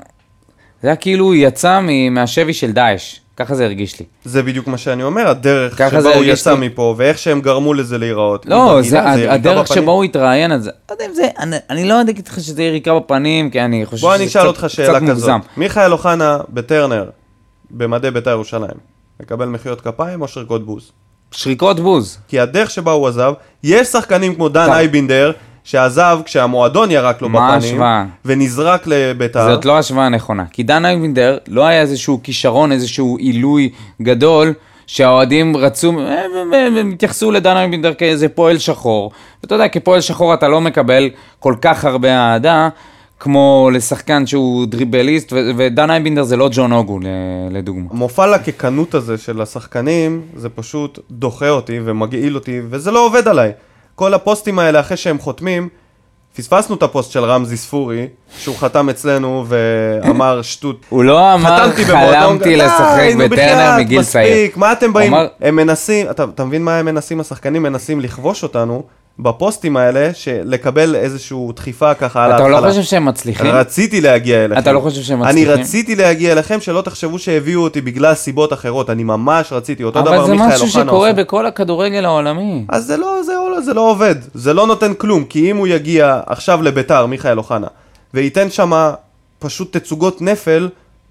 היה כאילו הוא יצא מהשבי של דאעש. ככה זה הרגיש לי. זה בדיוק מה שאני אומר, הדרך שבה הוא יצא מפה, ואיך שהם גרמו לזה להיראות. לא, הדרך שבה הוא התראיין על זה. אני לא יודע לך שזה יריקה בפנים, כי אני חושב בוא אני אשאל אותך שאלה כזאת. מיכאל אוחנה בטרנר, במדי בית"ר ירושלים, מקבל מחיאות כפיים או שריקות בוז? שריקות בוז. כי הדרך שבה הוא עזב, יש שחקנים כמו דן אייבינדר, שעזב כשהמועדון ירק לו בפנים, ונזרק לבית"ר. זאת לא השוואה נכונה, כי דן אייבינדר לא היה איזשהו כישרון, איזשהו עילוי גדול, שהאוהדים רצו, הם התייחסו לדן אייבינדר כאיזה פועל שחור, ואתה יודע, כפועל שחור אתה לא מקבל כל כך הרבה אהדה, כמו לשחקן שהוא דריבליסט, ודן אייבינדר זה לא ג'ון אוגו, לדוגמה. מופע לקקנות הזה של השחקנים, זה פשוט דוחה אותי ומגעיל אותי, וזה לא עובד עליי. כל הפוסטים האלה אחרי שהם חותמים, פספסנו את הפוסט של רמזי ספורי, שהוא חתם אצלנו ואמר שטות. הוא לא אמר חלמתי לשחק בטרנר מגיל צעיר. מה אתם באים? הם מנסים, אתה מבין מה הם מנסים? השחקנים מנסים לכבוש אותנו בפוסטים האלה, לקבל איזושהי דחיפה ככה על ההתחלה. אתה לא חושב שהם מצליחים? רציתי להגיע אליכם. אתה לא חושב שהם מצליחים? אני רציתי להגיע אליכם, שלא תחשבו שהביאו אותי בגלל סיבות אחרות. אני ממש רציתי. אותו דבר מיכאל אוחנה עושה. אבל זה משהו שקורה בכל הכדורגל העולמי. אז זה לא עובד. זה לא נותן כלום, כי אם הוא יגיע עכשיו לבית"ר, מיכאל אוחנה, וייתן שמה פשוט תצוגות נפל,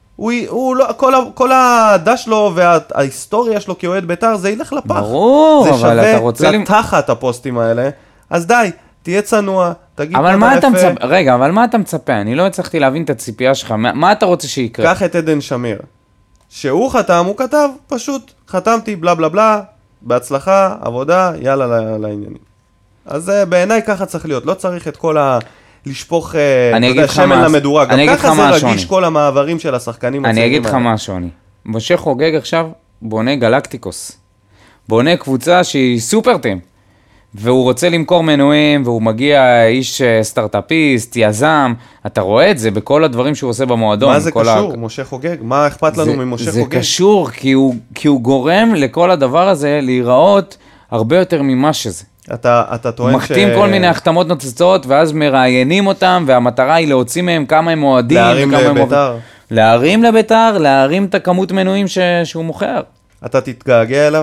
כל העדה שלו וההיסטוריה שלו כאוהד בית"ר, זה ילך לפח. ברור, אבל אתה רוצה... זה שווה לתחת הפוסטים האלה. אז די, תהיה צנוע, תגיד אבל מה אתה מצפה? רגע, אבל מה אתה מצפה? אני לא הצלחתי להבין את הציפייה שלך. מה אתה רוצה שיקרה? קח את עדן שמיר. שהוא חתם, הוא כתב, פשוט, חתמתי, בלה בלה בלה, בהצלחה, עבודה, יאללה לעניינים. אז בעיניי ככה צריך להיות. לא צריך את כל לשפוך שמן למדורה. גם ככה זה רגיש כל המעברים של השחקנים הצעירים. אני אגיד לך משהו, משה חוגג עכשיו בונה גלקטיקוס. בונה קבוצה שהיא סופר-טים. והוא רוצה למכור מנויים, והוא מגיע איש סטארט-אפיסט, יזם. אתה רואה את זה בכל הדברים שהוא עושה במועדון. מה זה קשור, משה חוגג? מה אכפת לנו ממשה חוגג? זה קשור, כי הוא גורם לכל הדבר הזה להיראות הרבה יותר ממה שזה. אתה טוען מחתים כל מיני החתמות נוצצות, ואז מראיינים אותם, והמטרה היא להוציא מהם כמה הם מועדים. להרים לבית"ר. להרים לביתר, להרים את הכמות מנויים שהוא מוכר. אתה תתגעגע אליו?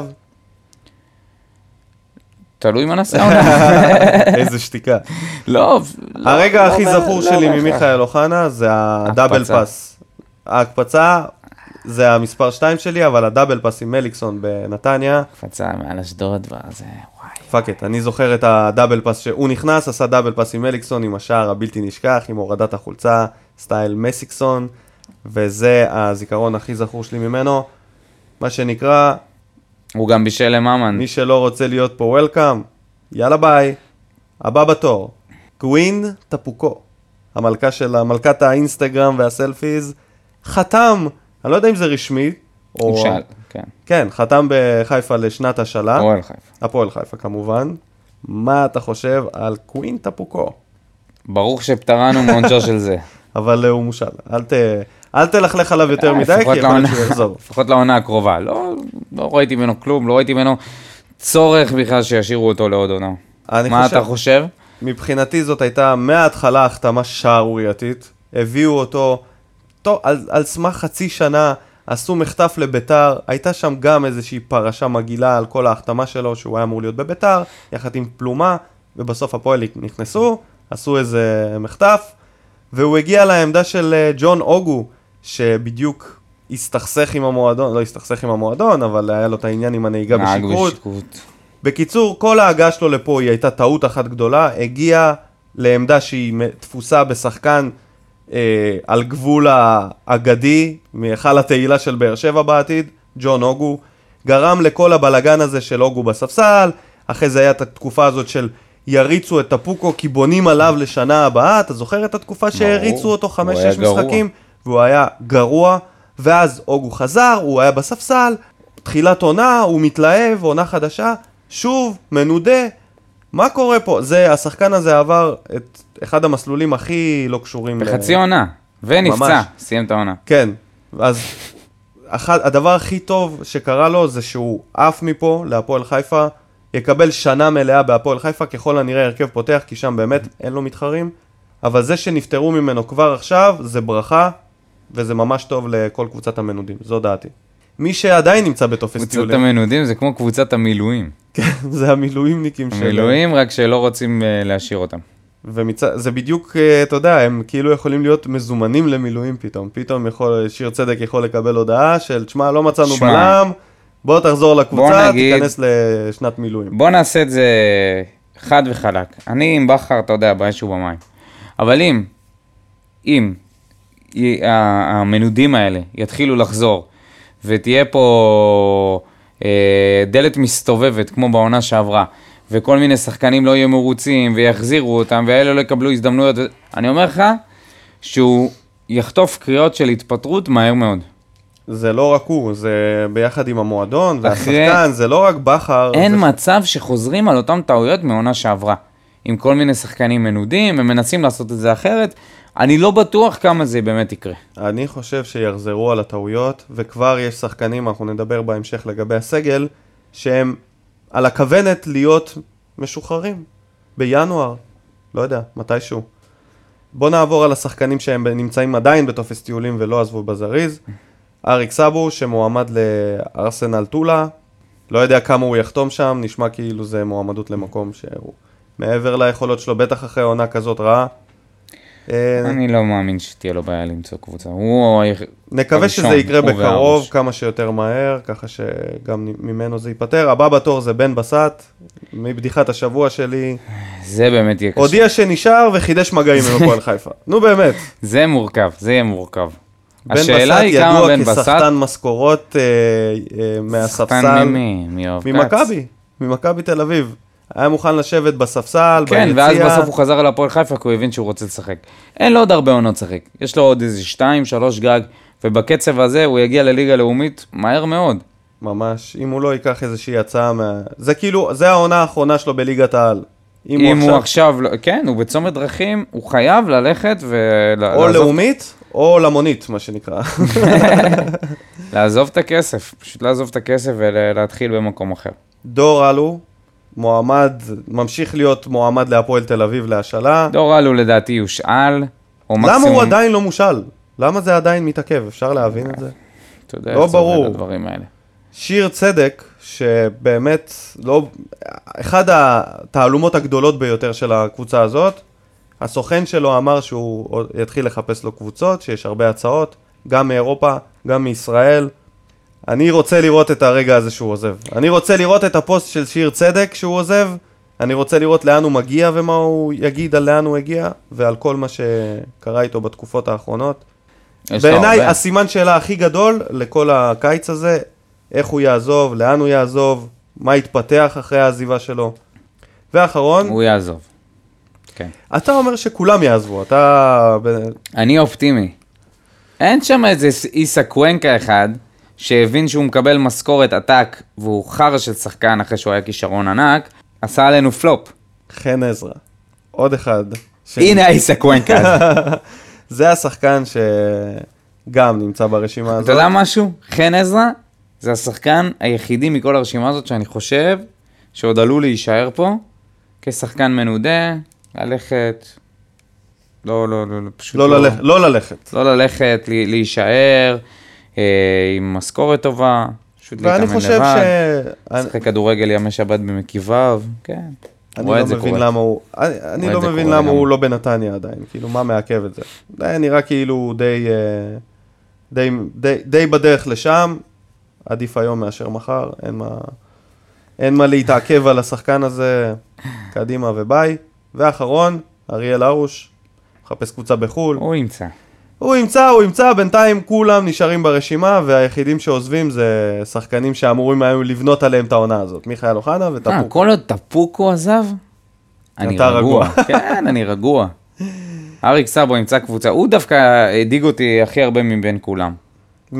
תלוי מה נעשה עונה. איזה שתיקה. לא. הרגע הכי זכור שלי ממיכאל אוחנה זה הדאבל פאס. ההקפצה זה המספר 2 שלי, אבל הדאבל פאס עם מליקסון בנתניה. הקפצה מעל אשדוד, וזה וואי. פאקט, אני זוכר את הדאבל פאס שהוא נכנס, עשה דאבל פאס עם מליקסון, עם השער הבלתי נשכח, עם הורדת החולצה, סטייל מסיקסון, וזה הזיכרון הכי זכור שלי ממנו. מה שנקרא, הוא גם בישל למאמן. מי שלא רוצה להיות פה וולקאם, יאללה ביי. הבא בתור, קווין טפוקו, מלכת האינסטגרם והסלפיז, חתם, אני לא יודע אם זה רשמי, הוא שאל, כן. כן, חתם בחיפה לשנת השאלה. הפועל חיפה. הפועל חיפה כמובן. מה אתה חושב על קווין טפוקו? ברוך שפטרנו מעונשו של זה. אבל הוא מושל, אל תלכלך עליו יותר מדי, כי יכול להיות שהוא יחזור. לפחות לעונה הקרובה, לא ראיתי ממנו כלום, לא ראיתי ממנו צורך בכלל שישאירו אותו לעוד עונה. מה אתה חושב? מבחינתי זאת הייתה מההתחלה החתמה שערורייתית, הביאו אותו, טוב, על סמך חצי שנה, עשו מחטף לביתר, הייתה שם גם איזושהי פרשה מגעילה על כל ההחתמה שלו, שהוא היה אמור להיות בביתר, יחד עם פלומה, ובסוף הפועל נכנסו, עשו איזה מחטף, והוא הגיע לעמדה של ג'ון אוגו, שבדיוק הסתכסך עם המועדון, לא הסתכסך עם המועדון, אבל היה לו את העניין עם הנהיגה בשכרות. בקיצור, כל ההגעה שלו לפה היא הייתה טעות אחת גדולה, הגיע לעמדה שהיא תפוסה בשחקן על גבול האגדי, מאחל התהילה של באר שבע בעתיד, ג'ון אוגו, גרם לכל הבלגן הזה של אוגו בספסל, אחרי זה היה את התקופה הזאת של יריצו את טפוקו כי בונים עליו לשנה הבאה, אתה זוכר את התקופה שהריצו אותו 5-6 משחקים, והוא היה גרוע, ואז אוגו חזר, הוא היה בספסל, תחילת עונה, הוא מתלהב, עונה חדשה, שוב, מנודה, מה קורה פה? השחקן הזה עבר את אחד המסלולים הכי לא קשורים. בחצי עונה, ונפצע, סיים את העונה. כן, אז הדבר הכי טוב שקרה לו זה שהוא עף מפה להפועל חיפה, יקבל שנה מלאה בהפועל חיפה, ככל הנראה הרכב פותח, כי שם באמת אין לו מתחרים, אבל זה שנפטרו ממנו כבר עכשיו, זה ברכה, וזה ממש טוב לכל קבוצת המנודים, זו דעתי. מי שעדיין נמצא בטופס טיולים. קבוצת המנודים זה כמו קבוצת המילואים. כן, זה המילואימניקים שלהם. המילואים רק שלא רוצים להשאיר אותם. זה בדיוק, אתה יודע, הם כאילו יכולים להיות מזומנים למילואים פתאום. פתאום שיר צדק יכול לקבל הודעה של, תשמע, לא מצאנו בלם, בוא תחזור לקבוצה, תיכנס לשנת מילואים. בוא נעשה את זה חד וחלק. אני עם בחר, אתה יודע, באיזשהו במים. אבל אם המנודים האלה יתחילו לחזור, ותהיה פה דלת מסתובבת, כמו בעונה שעברה, וכל מיני שחקנים לא יהיו מרוצים, ויחזירו אותם, ואלה לא יקבלו הזדמנויות, אני אומר לך, שהוא יחטוף קריאות של התפטרות מהר מאוד. זה לא רק הוא, זה ביחד עם המועדון, והשחקן, זה לא רק בחר. אין מצב שחוזרים על אותם טעויות מעונה שעברה. עם כל מיני שחקנים מנודים, הם מנסים לעשות את זה אחרת, אני לא בטוח כמה זה באמת יקרה. אני חושב שיחזרו על הטעויות, וכבר יש שחקנים, אנחנו נדבר בהמשך לגבי הסגל, שהם על הכוונת להיות משוחררים בינואר, לא יודע, מתישהו. בוא נעבור על השחקנים שהם נמצאים עדיין בטופס טיולים ולא עזבו בזריז. אריק סאבו שמועמד לארסנל טולה, לא יודע כמה הוא יחתום שם, נשמע כאילו זה מועמדות למקום שהוא מעבר ליכולות שלו, בטח אחרי עונה כזאת רעה. אני לא מאמין שתהיה לו בעיה למצוא קבוצה. נקווה שזה יקרה בקרוב, כמה שיותר מהר, ככה שגם ממנו זה ייפטר. הבא בתור זה בן בסט, מבדיחת השבוע שלי. זה באמת יהיה קשה. הודיע שנשאר וחידש מגעים עם הפועל חיפה. נו באמת. זה מורכב, זה יהיה מורכב. בן בסט ידוע כשחקן משכורות מהספסל. שחקן ממי? ממכבי תל אביב. היה מוכן לשבת בספסל, כן, ואז בסוף הוא חזר על הפועל חיפה, כי הוא הבין שהוא רוצה לשחק. אין לו עוד הרבה עונות לשחק. יש לו עוד איזה 2-3 גג, ובקצב הזה הוא יגיע לליגה לאומית מהר מאוד. ממש, אם הוא לא ייקח איזושהי הצעה זה כאילו, זה העונה האחרונה שלו בליגת העל. אם הוא עכשיו, כן, הוא בצומת דרכים, הוא חייב ללכת או לאומית, או למונית, מה שנקרא. לעזוב את הכסף, פשוט לעזוב את הכסף ולהתחיל במקום אחר. דור אלו, ממשיך להיות מועמד להפועל תל אביב להשאלה. דור אלו לדעתי יושאל, למה הוא עדיין לא מושאל? למה זה עדיין מתעכב? אפשר להבין את זה? אתה יודע, לא ברור. הדברים האלה. שיר צדק, שבאמת לא... אחד התעלומות הגדולות ביותר של הקבוצה הזאת, הסוכן שלו אמר שהוא יתחיל לחפש לו קבוצות, שיש הרבה הצעות, גם מאירופה, גם מישראל. אני רוצה לראות את הרגע הזה שהוא עוזב. אני רוצה לראות את הפוסט של שיר צדק שהוא עוזב, אני רוצה לראות לאן הוא מגיע ומה הוא יגיד על לאן הוא הגיע, ועל כל מה שקרה איתו בתקופות האחרונות. בעיניי הסימן שאלה הכי גדול לכל הקיץ הזה, איך הוא יעזוב, לאן הוא יעזוב, מה יתפתח אחרי העזיבה שלו. ואחרון... הוא יעזוב. כן. אתה אומר שכולם יעזבו, אתה... אני אופטימי. אין שם איזה איסה קוונקה אחד, שהבין שהוא מקבל משכורת עתק, והוא חרא של שחקן אחרי שהוא היה כישרון ענק, עשה עלינו פלופ. חן עזרא. עוד אחד. הנה האיסה קוונקה. זה השחקן שגם נמצא ברשימה הזאת. אתה יודע משהו? חן עזרא זה השחקן היחידי מכל הרשימה הזאת שאני חושב שעוד עלול להישאר פה כשחקן מנודה, ללכת, פשוט לא ללכת. לא ללכת, להישאר עם משכורת טובה, פשוט להתאמן לבד, לשחק כדורגל ימי שבת במקיביו, כן. אני לא מבין למה הוא לא בנתניה עדיין, כאילו מה מעכב את זה. זה נראה כאילו די בדרך לשם, עדיף היום מאשר מחר, אין מה להתעכב על השחקן הזה, קדימה וביי. ואחרון, אריאל ארוש, מחפש קבוצה בחול. הוא ימצא, בינתיים כולם נשארים ברשימה, והיחידים שעוזבים זה שחקנים שאמורים היו לבנות עליהם את העונה הזאת, מיכאל אוחנה וטפוקו. כל עוד טפוקו עזב? אני רגוע. כן, אני רגוע. אריק סאבו ימצא קבוצה, הוא דווקא הדיג אותי הכי הרבה מבין כולם. מי?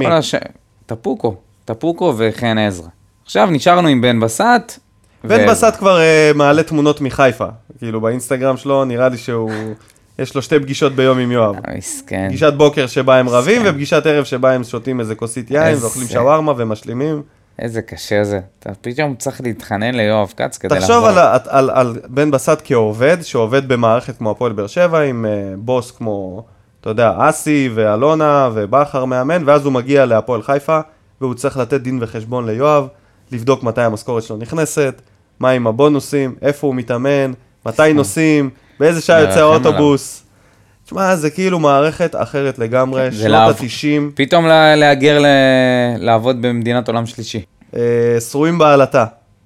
טפוקו וחן עזרא. עכשיו נשארנו עם בן בסט. בן בסט כבר מעלה תמונות מחיפה, כאילו באינסטגרם שלו נראה לי שהוא... יש לו 2 פגישות ביום עם יואב. מסכן. פגישת בוקר שבה הם רבים, ופגישת ערב שבה הם שותים איזה כוסית יין, ואוכלים שווארמה ומשלימים. איזה קשה זה. אתה פתאום צריך להתחנן ליואב קץ כדי תחשוב על בן בסט כעובד, שעובד במערכת כמו הפועל באר שבע, עם בוס כמו, אתה יודע, אסי ואלונה ובחר מאמן, ואז הוא מגיע להפועל חיפה, והוא צריך לתת דין וחשבון ליואב, לבדוק מתי המשכורת שלו נכנסת, מה עם הבונוסים, איפה הוא מתאמן, מתי נוסעים, באיזה שעה יוצא האוטובוס. תשמע, זה כאילו מערכת אחרת לגמרי, שנות ה-90. פתאום להגר לעבוד במדינת עולם שלישי. שרויים בעלתה.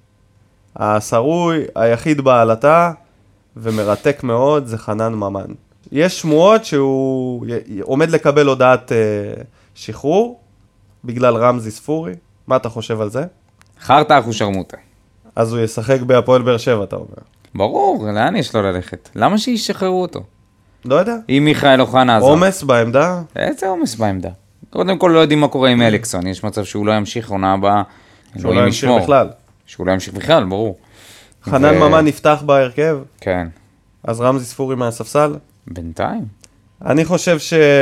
השרוי היחיד בעלתה, ומרתק מאוד, זה חנן ממן. יש שמועות שהוא עומד לקבל הודעת שחרור, בגלל רמזי ספורי. מה אתה חושב על זה? חרטה אחושרמוטה. אז הוא ישחק בהפועל באר שבע, אתה אומר. ברור, לאן יש לו ללכת? למה שישחררו אותו? לא יודע. אם מיכאל אוחנה עזר. עומס בעמדה? איזה עומס בעמדה? קודם כל לא יודעים מה קורה עם אליקסון, יש מצב שהוא לא ימשיך עונה הבאה. שהוא לא ימשיך בכלל. שהוא לא ימשיך בכלל, ברור. חנן ממן נפתח בהרכב? כן. אז רמזי ספורי מהספסל? בינתיים. אני חושב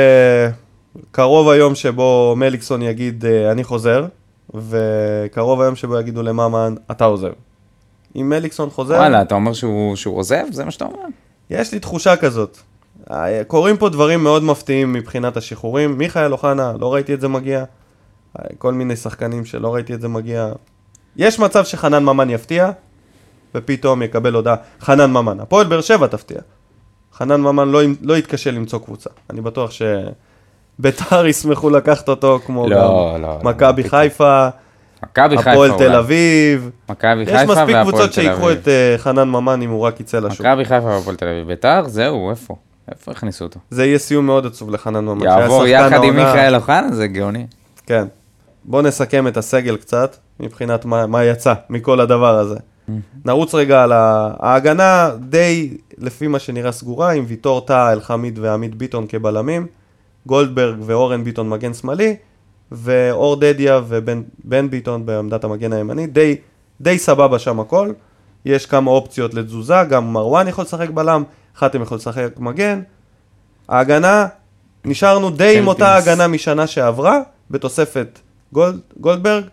שקרוב היום שבו מליקסון יגיד אני חוזר, וקרוב היום שבו יגידו לממן אתה עוזב. אם מליקסון חוזר... וואלה, אתה אומר שהוא עוזב? זה מה שאתה אומר? יש לי תחושה כזאת. קוראים פה דברים מאוד מפתיעים מבחינת השחרורים. מיכאל אוחנה, לא ראיתי את זה מגיע. כל מיני שחקנים שלא ראיתי את זה מגיע. יש מצב שחנן ממן יפתיע, ופתאום יקבל הודעה. חנן ממן, הפועל באר שבע תפתיע. חנן ממן לא יתקשה למצוא קבוצה. אני בטוח שבית"ר ישמחו לקחת אותו כמו מכבי חיפה, הפועל תל אביב. יש מספיק קבוצות שיקחו את חנן ממן אם הוא רק יצא לשוק. מכבי חיפה והפועל תל אביב. בית"ר, זהו, איפה? איפה הכניסו אותו? זה יהיה סיום מאוד עצוב לחנן ממן. יעבור יחד עם מיכאל אוחנה, זה גאוני. כן. בוא נסכם את הסגל קצת, מבחינת מה יצא מכל הדבר הזה. נרוץ רגע על ההגנה די לפי מה שנראה סגורה, עם ויטור טאה, אלחמיד ועמית ביטון כבלמים, גולדברג ואורן ביטון מגן שמאלי, ואור דדיה ובן ביטון בעמדת המגן הימני, די סבבה שם הכל. יש כמה אופציות לתזוזה, גם מרואן יכול לשחק בלם, חתם יכול לשחק מגן. ההגנה, נשארנו די עם אותה הגנה משנה שעברה, בתוספת גולדברג,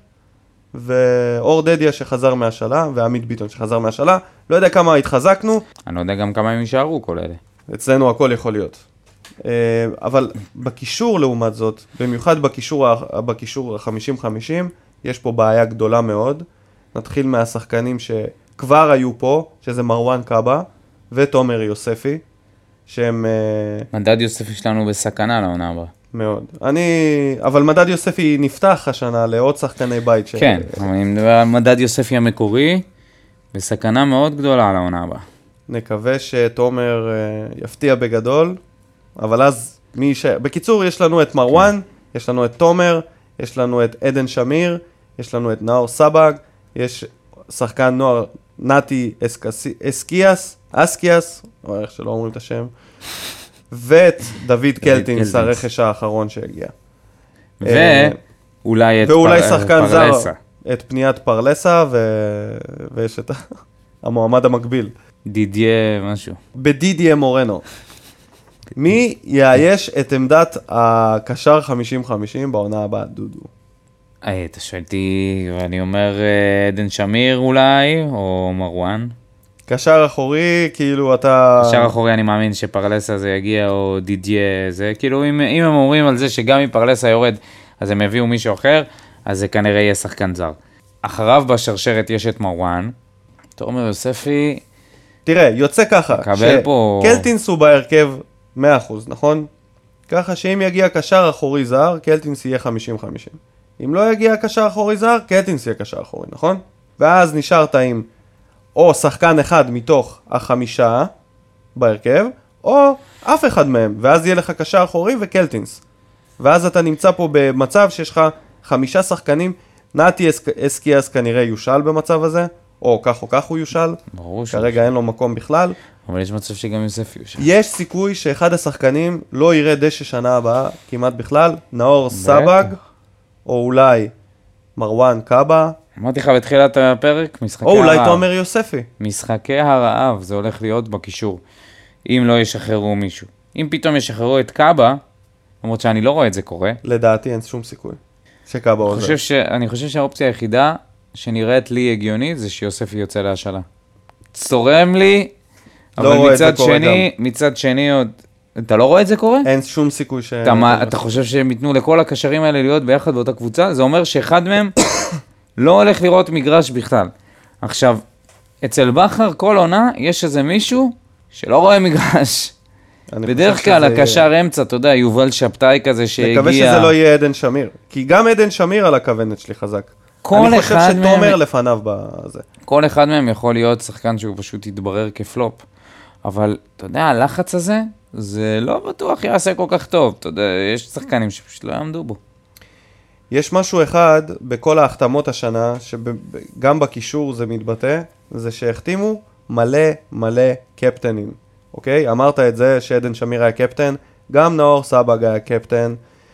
ואור דדיה שחזר מהשאלה, ועמית ביטון שחזר מהשאלה. לא יודע כמה התחזקנו. אני לא יודע גם כמה הם יישארו כל אלה. אצלנו הכל יכול להיות. אבל בקישור לעומת זאת, במיוחד בקישור ה-50-50, יש פה בעיה גדולה מאוד. נתחיל מהשחקנים שכבר היו פה, שזה מרואן קאבה ותומר יוספי, שהם... מדד יוספי שלנו בסכנה לעונה הבאה. מאוד. אבל מדד יוספי נפתח השנה לעוד שחקני בית. כן, אבל אני מדבר על מדד יוספי המקורי, בסכנה מאוד גדולה לעונה הבאה. נקווה שתומר יפתיע בגדול, אבל אז בקיצור, יש לנו את מרואן, יש לנו את תומר, יש לנו את עדן שמיר, יש לנו את נאור סבג, יש שחקן נוער נתי אסקיאס, או איך שלא אומרים את השם, ואת דוד קלטינס, הרכש האחרון שהגיע. ואולי את שחקן זר, את פניית פרלסה, ויש את המועמד המקביל. דידיה משהו. בדידיה מורנו. מי יאייש את עמדת הקשר 50-50 בעונה הבאה, דודו? אתה שואל אותי, ואני אומר עדן שמיר אולי, או מרואן? קשר אחורי, כאילו אתה... קשר אחורי, אני מאמין שפרלסה זה יגיע, או דידיה זה, כאילו אם הם אומרים על זה שגם אם פרלסה יורד, אז הם הביאו מישהו אחר, אז זה כנראה יהיה שחקן זר. אחריו בשרשרת יש את מרואן, תומר יוספי... תראה, יוצא ככה, שקלטינס הוא בהרכב 100%, נכון? ככה שאם יגיע קשר אחורי זר, קלטינס יהיה 50-50. אם לא יגיע קשר אחורי זר, קלטינס יהיה קשר אחורי, נכון? ואז נשארת עם או שחקן אחד מתוך 5 בהרכב, או אף אחד מהם, ואז יהיה לך קשר אחורי וקלטינס. ואז אתה נמצא פה במצב שיש לך 5 שחקנים, נתי אסקיאס כנראה יושל במצב הזה, או כך הוא יושל, כרגע אין לו מקום בכלל. אבל יש מצב שגם יוסף יושל. יש סיכוי שאחד השחקנים לא יראה דשא שנה הבאה כמעט בכלל, נאור סבג, או אולי מרואן קאבה. אמרתי לך בתחילת הפרק, משחקי הרעב. או אולי תומר יוספי. משחקי הרעב, זה הולך להיות בקישור. אם לא ישחררו מישהו. אם פתאום ישחררו את קאבה, למרות שאני לא רואה את זה קורה. לדעתי אין שום סיכוי שקאבה עוזר. אני חושב שהאופציה היחידה שנראית לי הגיונית זה שיוספי יוצא להשאלה. צורם לי, אבל מצד שני עוד... אתה לא רואה את זה קורה? אין שום סיכוי אתה חושב שהם ייתנו לכל הקשרים האלה להיות ביחד באותה קבוצה? זה אומר שאחד מהם לא הולך לראות מגרש בכלל. עכשיו, אצל בחר כל עונה יש איזה מישהו שלא רואה מגרש. בדרך כלל הקשר אמצע, אתה יודע, יובל שבתאי כזה שהגיע... מקווה שזה לא יהיה עדן שמיר. כי גם עדן שמיר על הכוונת שלי חזק. אני חושב שתומר לפניו בזה. כל אחד מהם יכול להיות שחקן שהוא פשוט יתברר כפלופ. אבל, אתה יודע, הלחץ הזה, זה לא בטוח יעשה כל כך טוב. אתה יודע, יש שחקנים שפשוט לא יעמדו בו. יש משהו אחד בכל ההחתמות השנה, שגם בקישור זה מתבטא, זה שהחתימו מלא קפטנים. אוקיי? אמרת את זה שעדן שמיר היה קפטן, גם נאור סבג היה קפטן,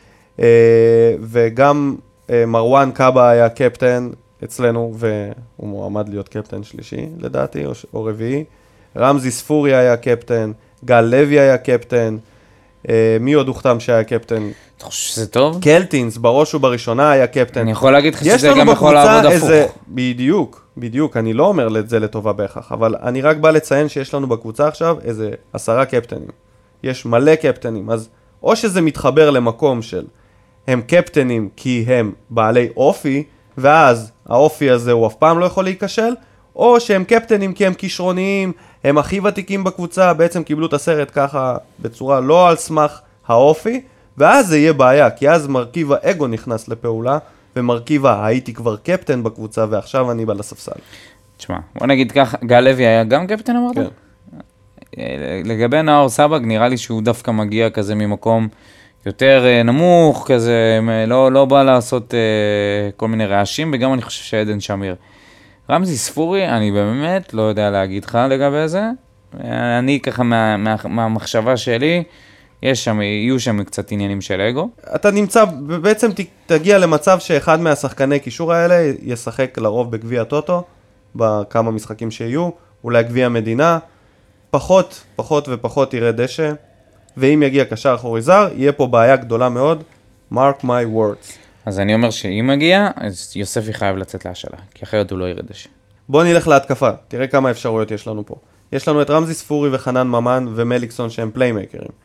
וגם מרואן קאבה היה קפטן אצלנו, והוא מועמד להיות קפטן שלישי לדעתי, או רביעי. רמזי ספורי היה קפטן, גל לוי היה קפטן, מי עוד הוחתם שהיה קפטן? אתה חושב שזה טוב? קלטינס, בראש ובראשונה היה קפטן. אני יכול להגיד לך שזה גם יכול לעבוד הפוך. בדיוק, אני לא אומר את זה לטובה בהכרח, אבל אני רק בא לציין שיש לנו בקבוצה עכשיו איזה 10 קפטנים. יש מלא קפטנים, אז או שזה מתחבר למקום של הם קפטנים כי הם בעלי אופי, ואז האופי הזה הוא אף פעם לא יכול להיכשל, או שהם קפטנים כי הם כישרוניים, הם הכי ותיקים בקבוצה, בעצם קיבלו את הסרט ככה בצורה לא על סמך האופי, ואז זה יהיה בעיה, כי אז מרכיב האגו נכנס לפעולה, ומרכיב הייתי כבר קפטן בקבוצה, ועכשיו אני בא לספסל. תשמע, בוא נגיד ככה, גל לוי היה גם קפטן אמרת? כן. לגבי נאור סבג, נראה לי שהוא דווקא מגיע כזה ממקום יותר נמוך, כזה לא בא לעשות כל מיני רעשים, וגם אני חושב שעדן שמיר. רמזי ספורי, אני באמת לא יודע להגיד לך לגבי זה. אני ככה מהמחשבה שלי, יהיו שם קצת עניינים של אגו. אתה נמצא, בעצם תגיע למצב שאחד מהשחקני קישור האלה ישחק לרוב בגביע טוטו, בכמה משחקים שיהיו, אולי גביע מדינה, פחות ופחות יראה דשא, ואם יגיע קשר אחורי זר, יהיה פה בעיה גדולה מאוד, mark my words. אז אני אומר שאם מגיע, אז יוספי חייב לצאת להשאלה, כי אחרת הוא לא ירד דשא. בוא נלך להתקפה, תראה כמה אפשרויות יש לנו פה. יש לנו את רמזי ספורי וחנן ממן ומליקסון שהם פליימקרים.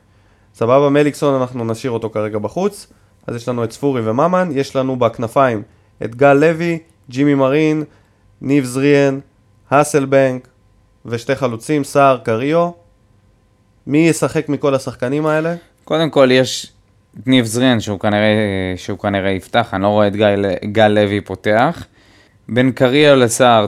סבבה, מליקסון אנחנו נשאיר אותו כרגע בחוץ, אז יש לנו את ספורי וממן, יש לנו בכנפיים את גל לוי, ג'ימי מרין, ניב זריאן, האסלבנק, ושתי חלוצים, סער, קריו. מי ישחק מכל השחקנים האלה? קודם כל יש את ניב זריאן שהוא כנראה יפתח, אני לא רואה את גל לוי פותח. בין קריו לסער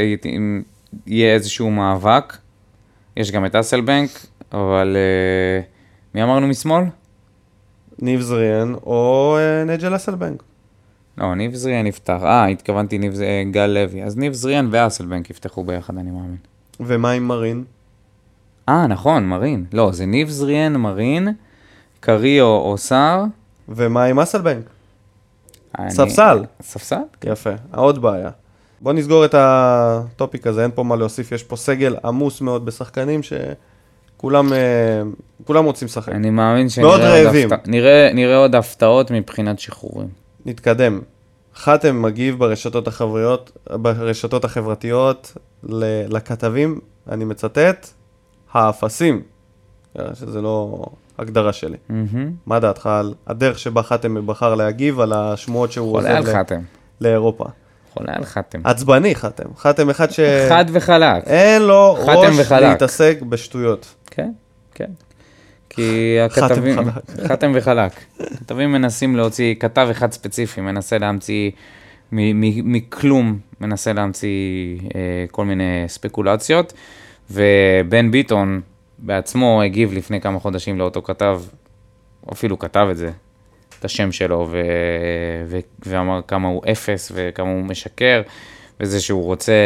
יהיה איזשהו מאבק. יש גם את אסלבנק, אבל מי אמרנו משמאל? ניב זריאן או נג'ל אסלבנק. לא, ניב זריאן יפתח. התכוונתי גל לוי. אז ניב זריאן ואסלבנק יפתחו ביחד, אני מאמין. ומה עם מרין? נכון, מרין. לא, זה ניב זריאן, מרין, קריו או סער. ומה עם אסלבנק? ספסל. ספסל? יפה, עוד בעיה. בוא נסגור את הטופיק הזה, אין פה מה להוסיף, יש פה סגל עמוס מאוד בשחקנים שכולם רוצים לשחק. אני מאמין מאוד רעבים. נראה עוד הפתעות מבחינת שחרורים. נתקדם. חתם מגיב ברשתות החברתיות לכתבים, אני מצטט, האפסים, שזה לא הגדרה שלי. מה דעתך על הדרך שבה חתם בחר להגיב על השמועות שהוא עוזר לאירופה? חולה על חתם. עצבני חתם. חתם אחד חד וחלק. אין לו ראש להתעסק בשטויות. כן, כן. כי חתם וחלק. כתבים מנסים להוציא, כתב אחד ספציפי, מנסה להמציא מכלום, מנסה להמציא כל מיני ספקולציות, ובן ביטון בעצמו הגיב לפני כמה חודשים לאותו כתב, אפילו כתב את זה, את השם שלו, ואמר כמה הוא אפס וכמה הוא משקר, וזה שהוא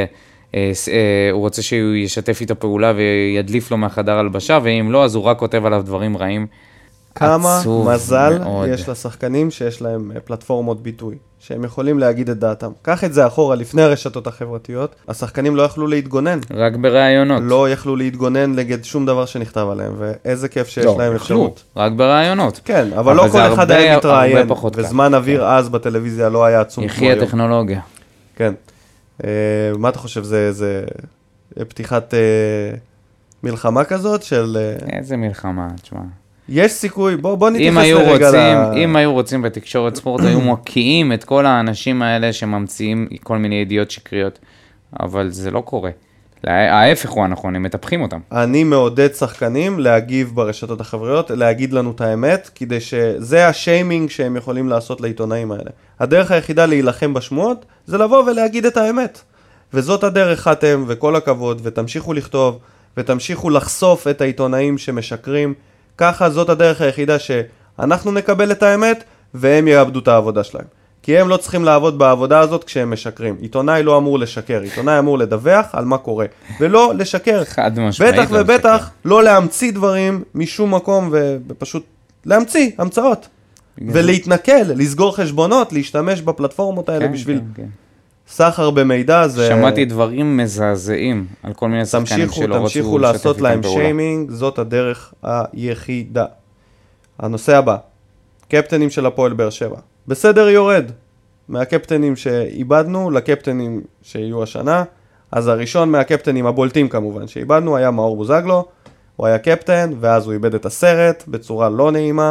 רוצה שהוא ישתף איתו פעולה וידליף לו מהחדר הלבשה, ואם לא, אז הוא רק כותב עליו דברים רעים. כמה מזל יש לשחקנים שיש להם פלטפורמות ביטוי, שהם יכולים להגיד את דעתם. קח את זה אחורה לפני הרשתות החברתיות, השחקנים לא יכלו להתגונן. רק ברעיונות. לא יכלו להתגונן נגד שום דבר שנכתב עליהם, ואיזה כיף שיש להם אפשרות. רק ברעיונות. כן, אבל לא כל אחד היה מתראיין, וזמן אוויר אז בטלוויזיה לא היה עצום. יחי הטכנולוגיה. כן. מה אתה חושב, זה פתיחת מלחמה כזאת של... איזה מלחמה, תשמע. יש סיכוי, בוא נתייחס לרגע אם היו רוצים בתקשורת ספורט, היו מוקיעים את כל האנשים האלה שממציאים כל מיני ידיעות שקריות, אבל זה לא קורה. ההפך הוא הנכון, הם מטפחים אותם. אני מעודד שחקנים להגיב ברשתות החברתיות, להגיד לנו את האמת, כדי שזה השיימינג שהם יכולים לעשות לעיתונאים האלה. הדרך היחידה להילחם בשמועות, זה לבוא ולהגיד את האמת. וזאת הדרך חתם, וכל הכבוד, ותמשיכו לכתוב, ותמשיכו לחשוף את העיתונאים שמשקרים. ככה זאת הדרך היחידה שאנחנו נקבל את האמת, והם יאבדו את העבודה שלהם. כי הם לא צריכים לעבוד בעבודה הזאת כשהם משקרים. עיתונאי לא אמור לשקר, עיתונאי אמור לדווח על מה קורה, ולא לשקר. חד משמעית. בטח ובטח לא להמציא דברים משום מקום, ופשוט להמציא המצאות. ולהתנקל, לסגור חשבונות, להשתמש בפלטפורמות האלה בשביל סחר במידע. שמעתי דברים מזעזעים על כל מיני שחקנים שלא רצו תמשיכו לעשות להם שיימינג, זאת הדרך היחידה. הנושא הבא, קפטנים של הפועל באר שבע. בסדר יורד, מהקפטנים שאיבדנו לקפטנים שיהיו השנה, אז הראשון מהקפטנים הבולטים כמובן שאיבדנו היה מאור בוזגלו, הוא היה קפטן, ואז הוא איבד את הסרט בצורה לא נעימה.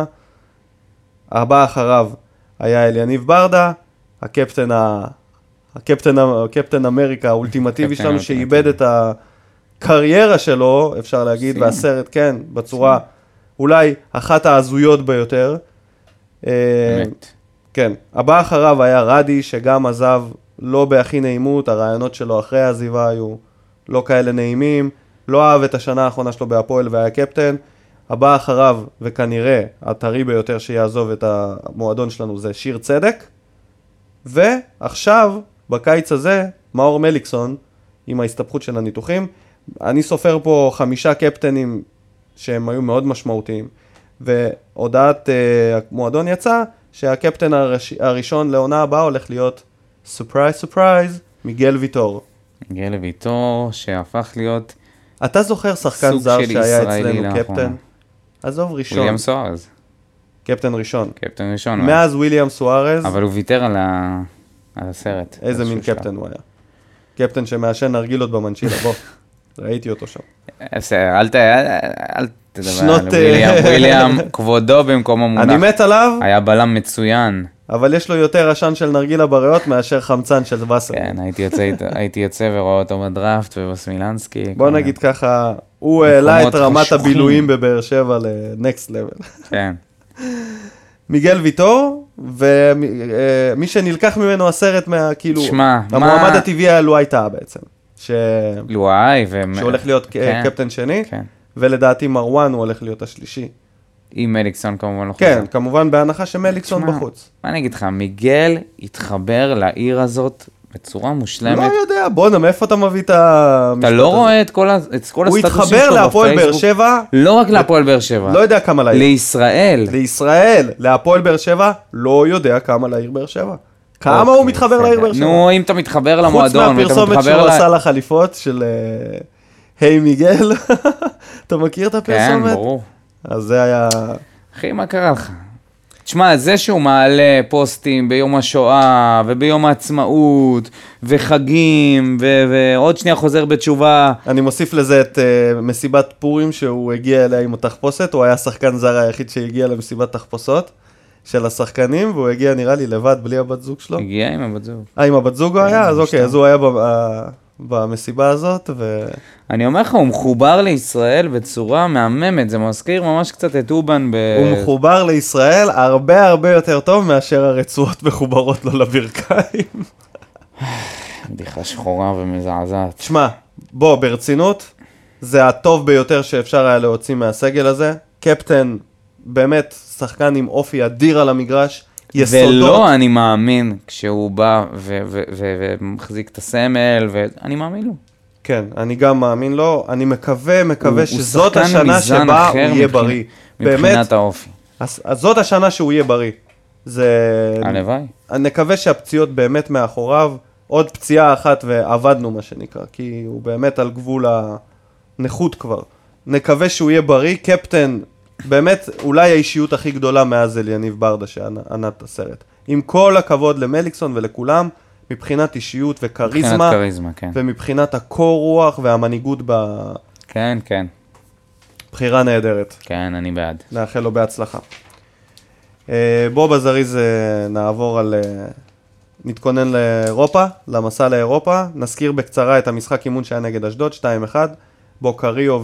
הבא אחריו היה אליניב ברדה, הקפטן אמריקה האולטימטיבי שלנו, שאיבד את הקריירה שלו, אפשר להגיד, והסרט, כן, בצורה אולי אחת ההזויות ביותר. באמת. כן, הבא אחריו היה רדי, שגם עזב לא בהכי נעימות, הרעיונות שלו אחרי העזיבה היו לא כאלה נעימים, לא אהב את השנה האחרונה שלו בהפועל והיה קפטן. הבא אחריו, וכנראה הטרי ביותר שיעזוב את המועדון שלנו, זה שיר צדק. ועכשיו, בקיץ הזה, מאור מליקסון, עם ההסתבכות של הניתוחים, אני סופר פה 5 קפטנים שהם היו מאוד משמעותיים, והודעת המועדון יצא שהקפטן הראשון לעונה הבאה הולך להיות סופרייז, מיגל ויטור. מיגל ויטור שהפך להיות אתה זוכר שחקן זר שהיה אצלנו קפטן? עזוב ראשון. וויליאם סוארז. קפטן ראשון. קפטן ראשון. מאז וויליאם סוארז. אבל הוא ויתר על הסרט. איזה מין קפטן הוא היה. קפטן שמעשן נרגילות במנשילה, בוא. ראיתי אותו שם. אל תדבר על וויליאם, כבודו במקום המונח. אני מת עליו. היה בלם מצוין. אבל יש לו יותר עשן של נרגילה בריאות מאשר חמצן של וסר. כן, הייתי יוצא ורואה אותו בדראפט ובסמילנסקי. בוא נגיד ככה, הוא העלה את רמת הבילויים בבאר שבע לנקסט לבל. כן. מיגל ויטור, ומי שנלקח ממנו הסרט כאילו, שמה, המועמד הטבעי היה לואי טאה בעצם. לואי שהולך להיות קפטן שני, כן. ולדעתי מרואן הוא הולך להיות השלישי. עם מליקסון כמובן לא חוזר. כן, כמובן בהנחה שמליקסון בחוץ. מה אני אגיד לך, מיגל התחבר לעיר הזאת בצורה מושלמת. לא יודע, בוא, מאיפה אתה מביא את המשפט הזה? אתה לא רואה את כל הסטטוסים שלו הוא התחבר להפועל באר שבע. לא רק להפועל באר שבע. לא יודע כמה לעיר. לישראל. לישראל, להפועל באר שבע, לא יודע כמה לעיר באר שבע. כמה הוא מתחבר לעיר באר שבע? נו, אם אתה מתחבר למועדון, חוץ מהפרסומת שהוא עשה לחליפות של היי מיגל, אתה מכיר את הפרסומת? כן, ברור. אז זה היה... אחי, מה קרה לך? תשמע, זה שהוא מעלה פוסטים ביום השואה, וביום העצמאות, וחגים, ועוד שנייה חוזר בתשובה. אני מוסיף לזה את מסיבת פורים שהוא הגיע אליה עם התחפושת, הוא היה השחקן זר היחיד שהגיע למסיבת תחפושות של השחקנים, והוא הגיע נראה לי לבד בלי הבת זוג שלו. הגיע עם הבת זוג. עם הבת זוג הוא היה? אז אוקיי, אז הוא היה במסיבה הזאת, אני אומר לך, הוא מחובר לישראל בצורה מהממת, זה מזכיר ממש קצת את אובן הוא מחובר לישראל הרבה הרבה יותר טוב מאשר הרצועות מחוברות לו לברכיים. בדיחה שחורה ומזעזעת. תשמע, בוא, ברצינות, זה הטוב ביותר שאפשר היה להוציא מהסגל הזה. קפטן, באמת, שחקן עם אופי אדיר על המגרש, יסודות. ולא, אני מאמין, כשהוא בא ומחזיק את הסמל, ואני מאמין לו. כן, אני גם מאמין לו, אני מקווה שזאת השנה שבה הוא יהיה בריא. מבחינת האופי. אז זאת השנה שהוא יהיה בריא. הלוואי. אני מקווה שהפציעות באמת מאחוריו, עוד פציעה אחת ועבדנו מה שנקרא, כי הוא באמת על גבול הנכות כבר. נקווה שהוא יהיה בריא, קפטן, באמת אולי האישיות הכי גדולה מאז אליניב ברדה שענה את הסרט. עם כל הכבוד למליקסון ולכולם, מבחינת אישיות וקריזמה, מבחינת קריזמה, כן. ומבחינת הקור רוח והמנהיגות כן, כן. בחירה נהדרת. כן, אני בעד. נאחל לו בהצלחה. בוא בזריז נעבור על... נתכונן לאירופה, למסע לאירופה. נזכיר בקצרה את המשחק אימון שהיה נגד אשדוד, 2-1. בו קריו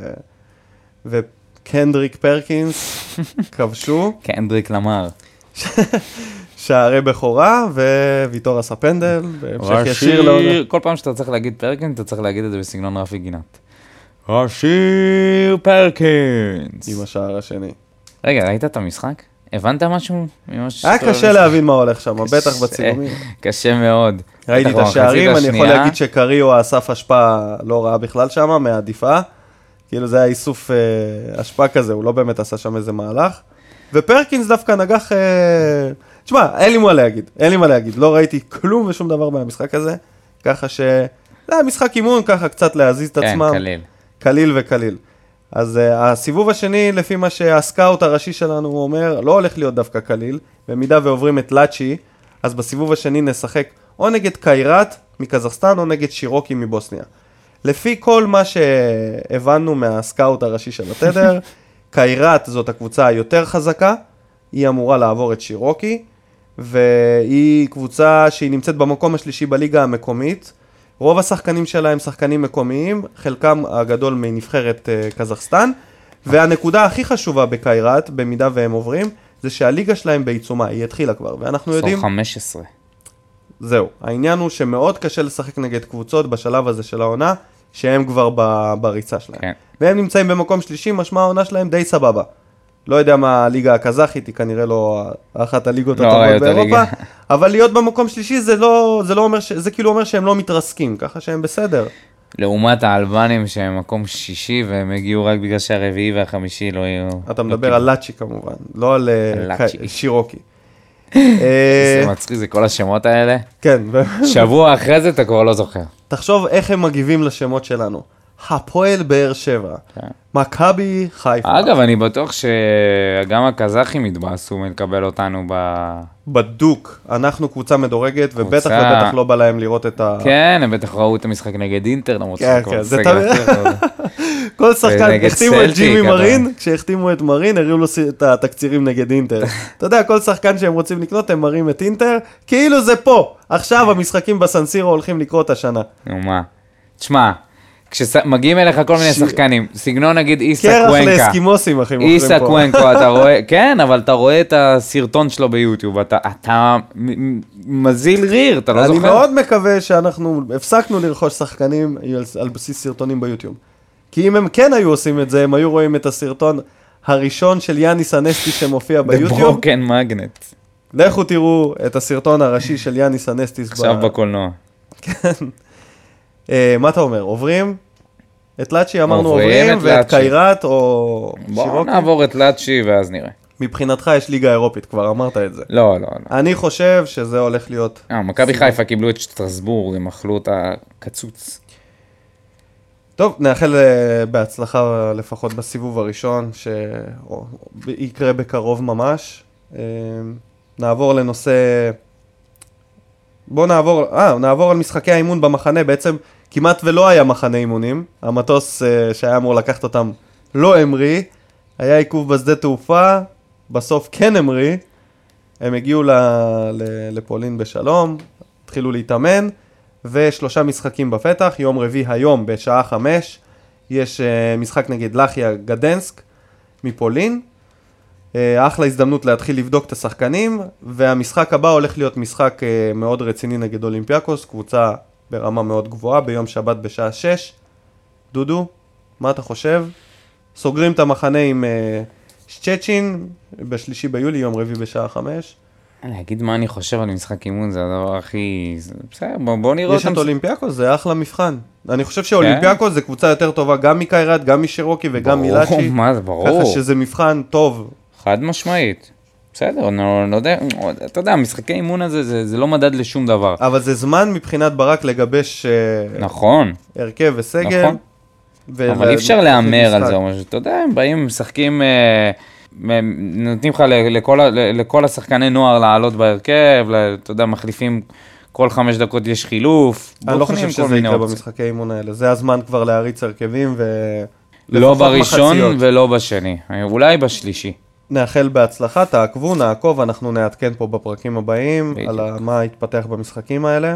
וקנדריק פרקינס כבשו. קנדריק למר. שערי בכורה, וויטור עשה פנדל, בהמשך ישיר לעונה. כל פעם שאתה צריך להגיד פרקינס, אתה צריך להגיד את זה בסגנון רפי גינת. השיר פרקינס. עם השער השני. רגע, ראית את המשחק? הבנת משהו? היה קשה להבין מה הולך שם, בטח בצילומים. קשה מאוד. ראיתי את השערים, אני יכול להגיד שקריו אסף השפעה לא רעה בכלל שם, מהעדיפה. כאילו זה היה איסוף השפעה כזה, הוא לא באמת עשה שם איזה מהלך. ופרקינס דווקא נגח... תשמע, אין לי מה להגיד. לא ראיתי כלום ושום דבר מהמשחק הזה. ככה ש... זה היה משחק אימון, ככה קצת להזיז את עצמם. כן, קליל. קליל וקליל. אז הסיבוב השני, לפי מה שהסקאוט הראשי שלנו אומר, לא הולך להיות דווקא קליל. במידה ועוברים את לאצ'י, אז בסיבוב השני נשחק או נגד קיירת מקזחסטן, או נגד שירוקי מבוסניה. לפי כל מה שהבנו מהסקאוט הראשי של התדר, קיירת זאת הקבוצה היותר חזקה, היא אמורה לעבור את שירוקי, והיא קבוצה שהיא נמצאת במקום השלישי בליגה המקומית. רוב השחקנים שלה הם שחקנים מקומיים, חלקם הגדול מנבחרת קזחסטן, והנקודה הכי חשובה בקיירת, במידה והם עוברים, זה שהליגה שלהם בעיצומה, היא התחילה כבר, ואנחנו יודעים... סוף 15. זהו, העניין הוא שמאוד קשה לשחק נגד קבוצות בשלב הזה של העונה, שהם כבר בריצה שלהם. כן. והם נמצאים במקום שלישי, משמע העונה שלהם די סבבה. לא יודע מה הליגה הקזחית, היא כנראה לא אחת הליגות הטובות באירופה, אבל להיות במקום שלישי זה לא אומר, זה כאילו אומר שהם לא מתרסקים, ככה שהם בסדר. לעומת האלבנים שהם מקום שישי, והם הגיעו רק בגלל שהרביעי והחמישי לא יהיו... אתה מדבר על לאצ'י כמובן, לא על שירוקי. זה מצחיק, זה כל השמות האלה. כן. שבוע אחרי זה אתה כבר לא זוכר. תחשוב איך הם מגיבים לשמות שלנו. הפועל באר שבע, מכבי חיפה. אגב, אני בטוח שגם הקזחים התבאסו מלקבל אותנו בדוק, אנחנו קבוצה מדורגת, ובטח ובטח לא בא להם לראות את ה... כן, הם בטח ראו את המשחק נגד אינטר, למרות כן, זה תמיד... כל שחקן, החתימו את ג'ימי מרין, כשהחתימו את מרין, הראו לו את התקצירים נגד אינטר. אתה יודע, כל שחקן שהם רוצים לקנות, הם מראים את אינטר, כאילו זה פה. עכשיו המשחקים בסנסירו הולכים לקרות השנה. נו מה? תשמע, כשמגיעים אליך כל מיני שחקנים, סגנון נגיד איסה קרח קוונקה. לאסקימוסים, אחי, מוכרים פה. איסה קוונקה, אתה רואה, כן, אבל אתה רואה את הסרטון שלו ביוטיוב, אתה מזיל ריר, אתה לא זוכר? אני מאוד מקווה שאנחנו הפסקנו לרכוש שחקנים על בסיס סרטונים ביוטיוב. כי אם הם כן היו עושים את זה, הם היו רואים את הסרטון הראשון של יאניס אנסטי שמופיע ביוטיוב. The Broken Magnet. לכו תראו את הסרטון הראשי של יאניס אנסטיס. עכשיו בקולנוע. כן. מה אתה אומר? עוברים? את לאצ'י אמרנו עוברים, ואת קיירת או שירוקי? בואו נעבור את לאצ'י ואז נראה. מבחינתך יש ליגה אירופית, כבר אמרת את זה. לא. אני חושב שזה הולך להיות... מכבי חיפה קיבלו את שטרסבורג, הם אכלו את הקצוץ. טוב, נאחל בהצלחה לפחות בסיבוב הראשון, שיקרה בקרוב ממש. נעבור לנושא... בואו נעבור על משחקי האימון במחנה, בעצם כמעט ולא היה מחנה אימונים, המטוס שהיה אמור לקחת אותם לא המריא, היה עיכוב בשדה תעופה, בסוף כן המריא, הם הגיעו לפולין בשלום, התחילו להתאמן, ושלושה משחקים בפתח, יום רביעי היום בשעה 5, יש משחק נגד לחיה גדנסק מפולין, אחלה הזדמנות להתחיל לבדוק את השחקנים, והמשחק הבא הולך להיות משחק מאוד רציני נגד אולימפיאקוס, קבוצה ברמה מאוד גבוהה, ביום שבת בשעה 6. דודו, מה אתה חושב? סוגרים את המחנה עם שצ'צ'ין, בשלישי ביולי, יום רביעי בשעה 5. להגיד מה אני חושב על משחק אימון, זה הדבר הכי... בסדר, בוא נראה יש את אולימפיאקוס, זה אחלה מבחן. אני חושב שאולימפיאקוס זה קבוצה יותר טובה, גם מקיירת, גם משירוקי וגם מילאצ'י. מה זה, ברור. ככה שזה מבחן טוב. חד משמעית. בסדר, לא יודע, אתה יודע, משחקי אימון הזה, זה לא מדד לשום דבר. אבל זה זמן מבחינת ברק לגבש... נכון. הרכב וסגל. נכון. אבל אי אפשר להאמר על זה, אתה יודע, הם באים, משחקים, נותנים לך לכל השחקני נוער לעלות בהרכב, אתה יודע, מחליפים כל 5 דקות יש חילוף. אני לא חושב שזה יקרה במשחקי אימון האלה, זה הזמן כבר להריץ הרכבים לא בראשון ולא בשני, אולי בשלישי. נאחל בהצלחה, תעקבו, נעקוב, אנחנו נעדכן פה בפרקים הבאים על מה יתפתח במשחקים האלה.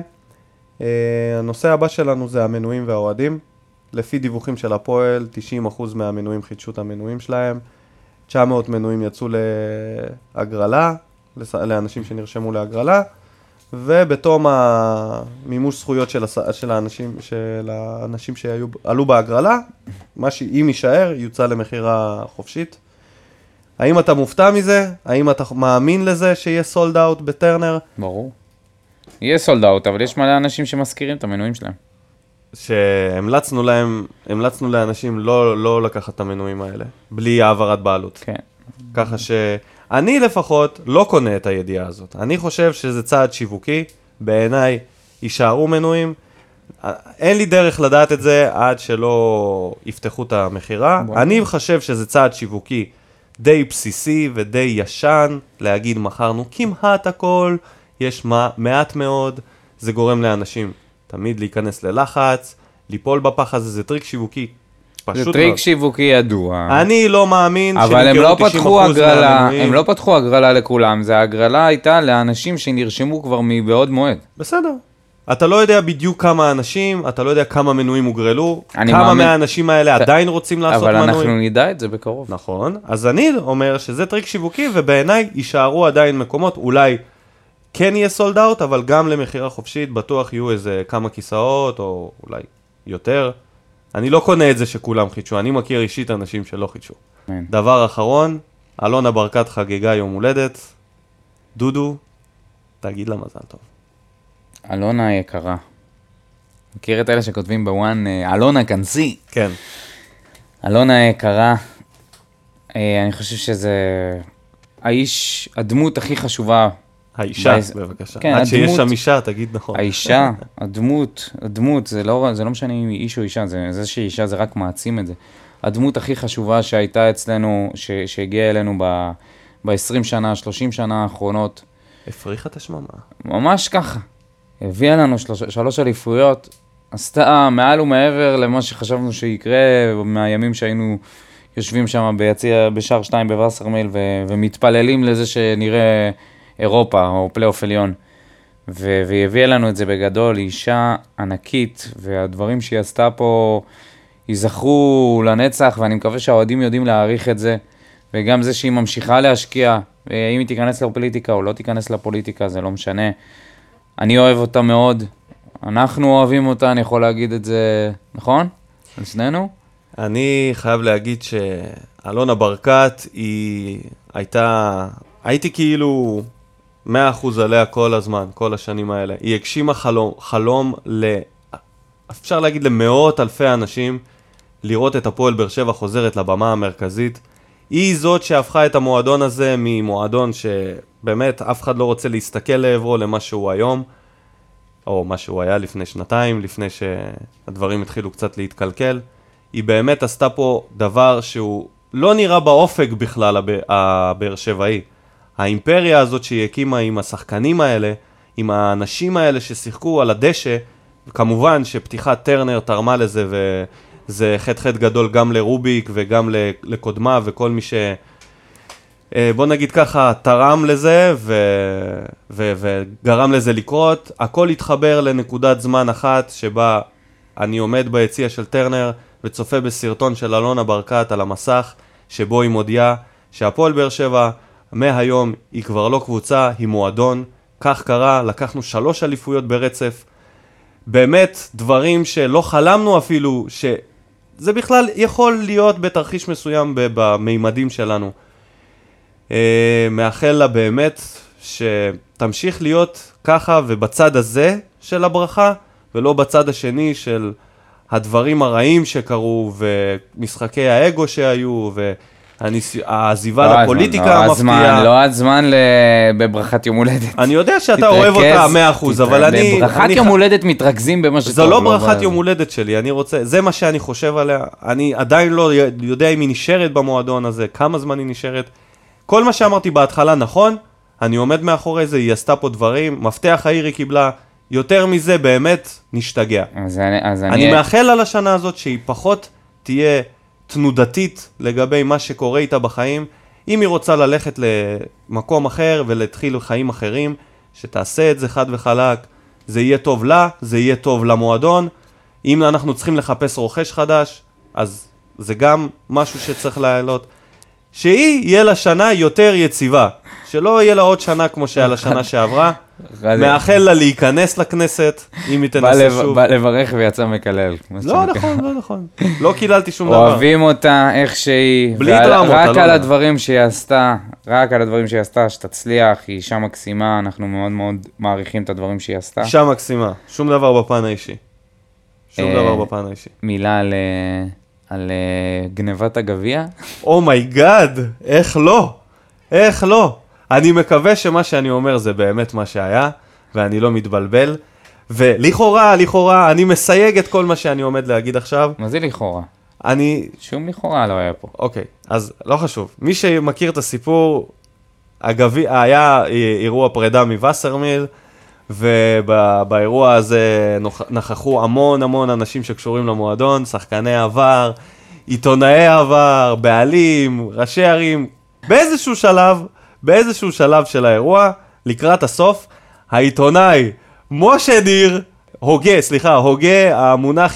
הנושא הבא שלנו זה המנויים והאוהדים. לפי דיווחים של הפועל, 90% מהמנויים חידשו את המנויים שלהם. 900 מנויים יצאו להגרלה, לאנשים שנרשמו להגרלה, ובתום המימוש זכויות של האנשים שעלו בהגרלה, אם יישאר, יוצא למחירה חופשית. האם אתה מופתע מזה? האם אתה מאמין לזה שיהיה סולד אאוט בטרנר? ברור. יהיה סולד אאוט, אבל יש מלא אנשים שמזכירים את המנויים שלהם. שהמלצנו לאנשים לא לקחת את המנויים האלה, בלי העברת בעלות. כן. ככה שאני לפחות לא קונה את הידיעה הזאת. אני חושב שזה צעד שיווקי, בעיניי יישארו מנויים. אין לי דרך לדעת את זה עד שלא יפתחו את המחירה. אני חושב שזה צעד שיווקי די בסיסי ודי ישן, להגיד מחרנו כמעט הכל, יש מעט מאוד, זה גורם לאנשים תמיד להיכנס ללחץ, ליפול בפח הזה, זה טריק שיווקי. זה טריק שיווקי ידוע. אני לא מאמין אבל הם לא פתחו הגרלה לכולם, זה הגרלה הייתה לאנשים שנרשמו כבר מבעוד מועד. בסדר. אתה לא יודע בדיוק כמה אנשים, אתה לא יודע כמה מנויים הוגרלו, כמה מהאנשים האלה עדיין רוצים לעשות מנויים. אבל אנחנו נדע את זה בקרוב. נכון, אז אני אומר שזה טריק שיווקי, ובעיניי יישארו עדיין מקומות, אולי כן יהיה סולד אאוט, אבל גם למחירה חופשית, בטוח יהיו איזה כמה כיסאות, או אולי יותר. אני לא קונה את זה שכולם חידשו, אני מכיר אישית אנשים שלא חידשו. דבר אחרון, אלונה ברקת חגיגה יום הולדת, דודו, תגיד לה מזל טוב. אלונה יקרה. מכיר את אלה שכותבים בוואן, אלונה כנסי. כן. אלונה יקרה, אני חושב שזה הדמות הכי חשובה האישה, בבקשה. כן, עד שיש שם אישה, תגיד נכון. האישה, הדמות, זה לא משנה אם היא איש או אישה, זה שאישה זה רק מעצים את זה. הדמות הכי חשובה שהייתה אצלנו, שהגיעה אלינו ב-20 שנה, 30 שנה האחרונות. הפריחה את השממה. ממש ככה. הביאה לנו 3 אליפויות, עשתה מעל ומעבר למה שחשבנו שיקרה מהימים שהיינו יושבים שם ביציע בשער 2 בווסרמיל ומתפללים לזה שנראה אירופה או פלייאוף עליון. והיא הביאה לנו את זה בגדול, היא אישה ענקית, והדברים שהיא עשתה פה ייזכרו לנצח, ואני מקווה שהאוהדים יודעים להעריך את זה, וגם זה שהיא ממשיכה להשקיע, ואם היא תיכנס לפוליטיקה או לא תיכנס לפוליטיקה, זה לא משנה. אני אוהב אותה מאוד, אנחנו אוהבים אותה, אני יכול להגיד את זה, נכון? על שנינו? אני חייב להגיד שאלונה ברקת היא הייתי כאילו 100% עליה כל הזמן, כל השנים האלה. היא הגשימה חלום אפשר להגיד למאות אלפי אנשים, לראות את הפועל באר שבע חוזרת לבמה המרכזית. היא זאת שהפכה את המועדון הזה ממועדון שבאמת אף אחד לא רוצה להסתכל לעברו למה שהוא היום, או מה שהוא היה לפני שנתיים, לפני שהדברים התחילו קצת להתקלקל. היא באמת עשתה פה דבר שהוא לא נראה באופק בכלל, הבאר שבעי. האימפריה הזאת שהיא הקימה עם השחקנים האלה, עם האנשים האלה ששיחקו על הדשא, כמובן שפתיחת טרנר תרמה לזה, וזה חטא גדול גם לרוביק וגם לקודמה וכל מי ש... בוא נגיד ככה, תרם לזה וגרם לזה לקרות. הכל התחבר לנקודת זמן אחת שבה אני עומד ביציע של טרנר וצופה בסרטון של אלונה ברקת על המסך, שבו היא מודיעה שהפועל באר שבע מהיום היא כבר לא קבוצה, היא מועדון. כך קרה, לקחנו 3 אליפויות ברצף. באמת דברים שלא חלמנו אפילו, שזה בכלל יכול להיות בתרחיש מסוים במימדים שלנו. מאחל לה באמת שתמשיך להיות ככה ובצד הזה של הברכה, ולא בצד השני של הדברים הרעים שקרו ומשחקי האגו שהיו והעזיבה לפוליטיקה המפתיעה. לא הזמן בברכת יום הולדת. אני יודע שאתה אוהב אותה 100%, אבל אני... בברכת יום הולדת מתרכזים במה שטוב. זו לא ברכת יום הולדת שלי, זה מה שאני חושב עליה. אני עדיין לא יודע אם היא נשארת במועדון הזה, כמה זמן היא נשארת. כל מה שאמרתי בהתחלה נכון, אני עומד מאחורי זה, היא עשתה פה דברים, מפתח העיר היא קיבלה, יותר מזה באמת נשתגע. אני מאחל על השנה הזאת שהיא פחות תהיה תנודתית לגבי מה שקורה איתה בחיים. אם היא רוצה ללכת למקום אחר ולהתחיל חיים אחרים, שתעשה את זה חד וחלק, זה יהיה טוב לה, זה יהיה טוב למועדון. אם אנחנו צריכים לחפש רוכש חדש, אז זה גם משהו שצריך לעלות. שהיא יהיה לה שנה יותר יציבה, שלא יהיה לה עוד שנה כמו שהיה לה שנה שעברה. מאחל לה להיכנס לכנסת, אם היא תנסה שוב. בא לברך ויצא מקלל. לא נכון, לא נכון. לא קיללתי שום דבר. אוהבים אותה איך שהיא. בלי דרמות. רק על הדברים שהיא עשתה, שתצליח, היא אישה מקסימה, אנחנו מאוד מאוד מעריכים את הדברים שהיא עשתה. אישה מקסימה, שום דבר בפן האישי. מילה על גנבת הגביע. אומייגאד, איך לא? אני מקווה שמה שאני אומר זה באמת מה שהיה, ואני לא מתבלבל, ולכאורה, אני מסייג את כל מה שאני עומד להגיד עכשיו. מה זה לכאורה? שום לכאורה לא היה פה. אוקיי, אז לא חשוב. מי שמכיר את הסיפור, היה אירוע פרידה מווסרמיל, ובאירוע הזה נכחו המון אנשים שקשורים למועדון, שחקני עבר, עיתונאי עבר, בעלים, ראשי ערים. באיזשהו שלב של האירוע, לקראת הסוף, העיתונאי משה ניר, הוגה, המונח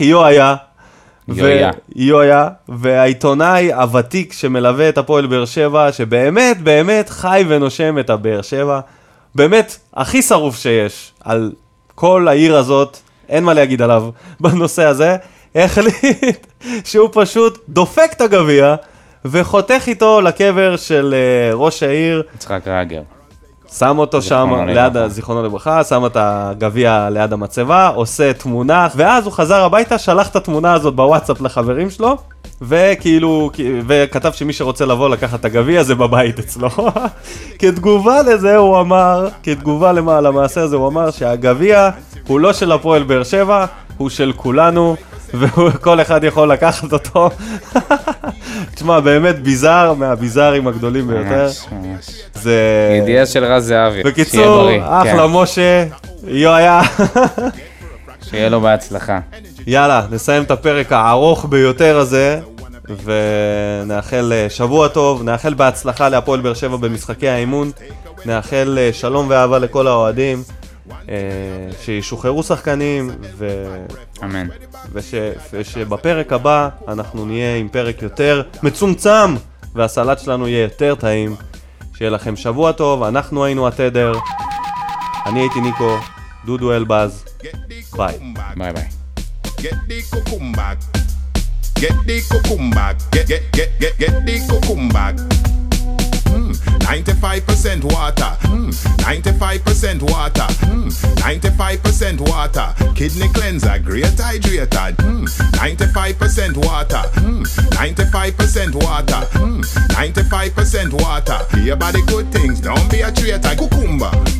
יויה, והעיתונאי הוותיק שמלווה את הפועל באר שבע, שבאמת חי ונושם את הבאר שבע, באמת הכי שרוף שיש על כל העיר הזאת, אין מה להגיד עליו בנושא הזה, החליט שהוא פשוט דופק את הגביע, וחותך איתו לקבר של ראש העיר. יצחק רגר. שם אותו שם, זיכרונו לברכה, שם את הגביע ליד המצבה, עושה תמונה, ואז הוא חזר הביתה, שלח את התמונה הזאת בוואטסאפ לחברים שלו, וכאילו, וכתב שמי שרוצה לבוא לקחת את הגביע זה בבית אצלו. כתגובה לזה הוא אמר, כתגובה למעשה הזה הוא אמר שהגביע הוא לא של הפועל באר שבע, הוא של כולנו, וכל אחד יכול לקחת אותו. תשמע, באמת ביזר, מהביזרים הגדולים ביותר. ממש. זה... ידיעה של רז זהבי. בקיצור, אחלה משה, יויה. שיהיה לו בהצלחה. יאללה, נסיים את הפרק הארוך ביותר הזה, ונאחל שבוע טוב, נאחל בהצלחה להפועל באר שבע במשחקי האימון, נאחל שלום ואהבה לכל האוהדים, שישוחררו שחקנים, אמן. ושבפרק הבא אנחנו נהיה עם פרק יותר מצומצם, והסלט שלנו יהיה יותר טעים. שיהיה לכם שבוע טוב, אנחנו היינו התדר, אני הייתי ניקו, דודו אלבז, ביי. ביי ביי. Get the cucumber. Get the cucumber. Get the cucumber. 95% water. 95% water. 95% water. Kidney cleanser, great hydrator. 95% water. 95% water. 95% water. Hear about the good things, don't be a traitor. Cucumber.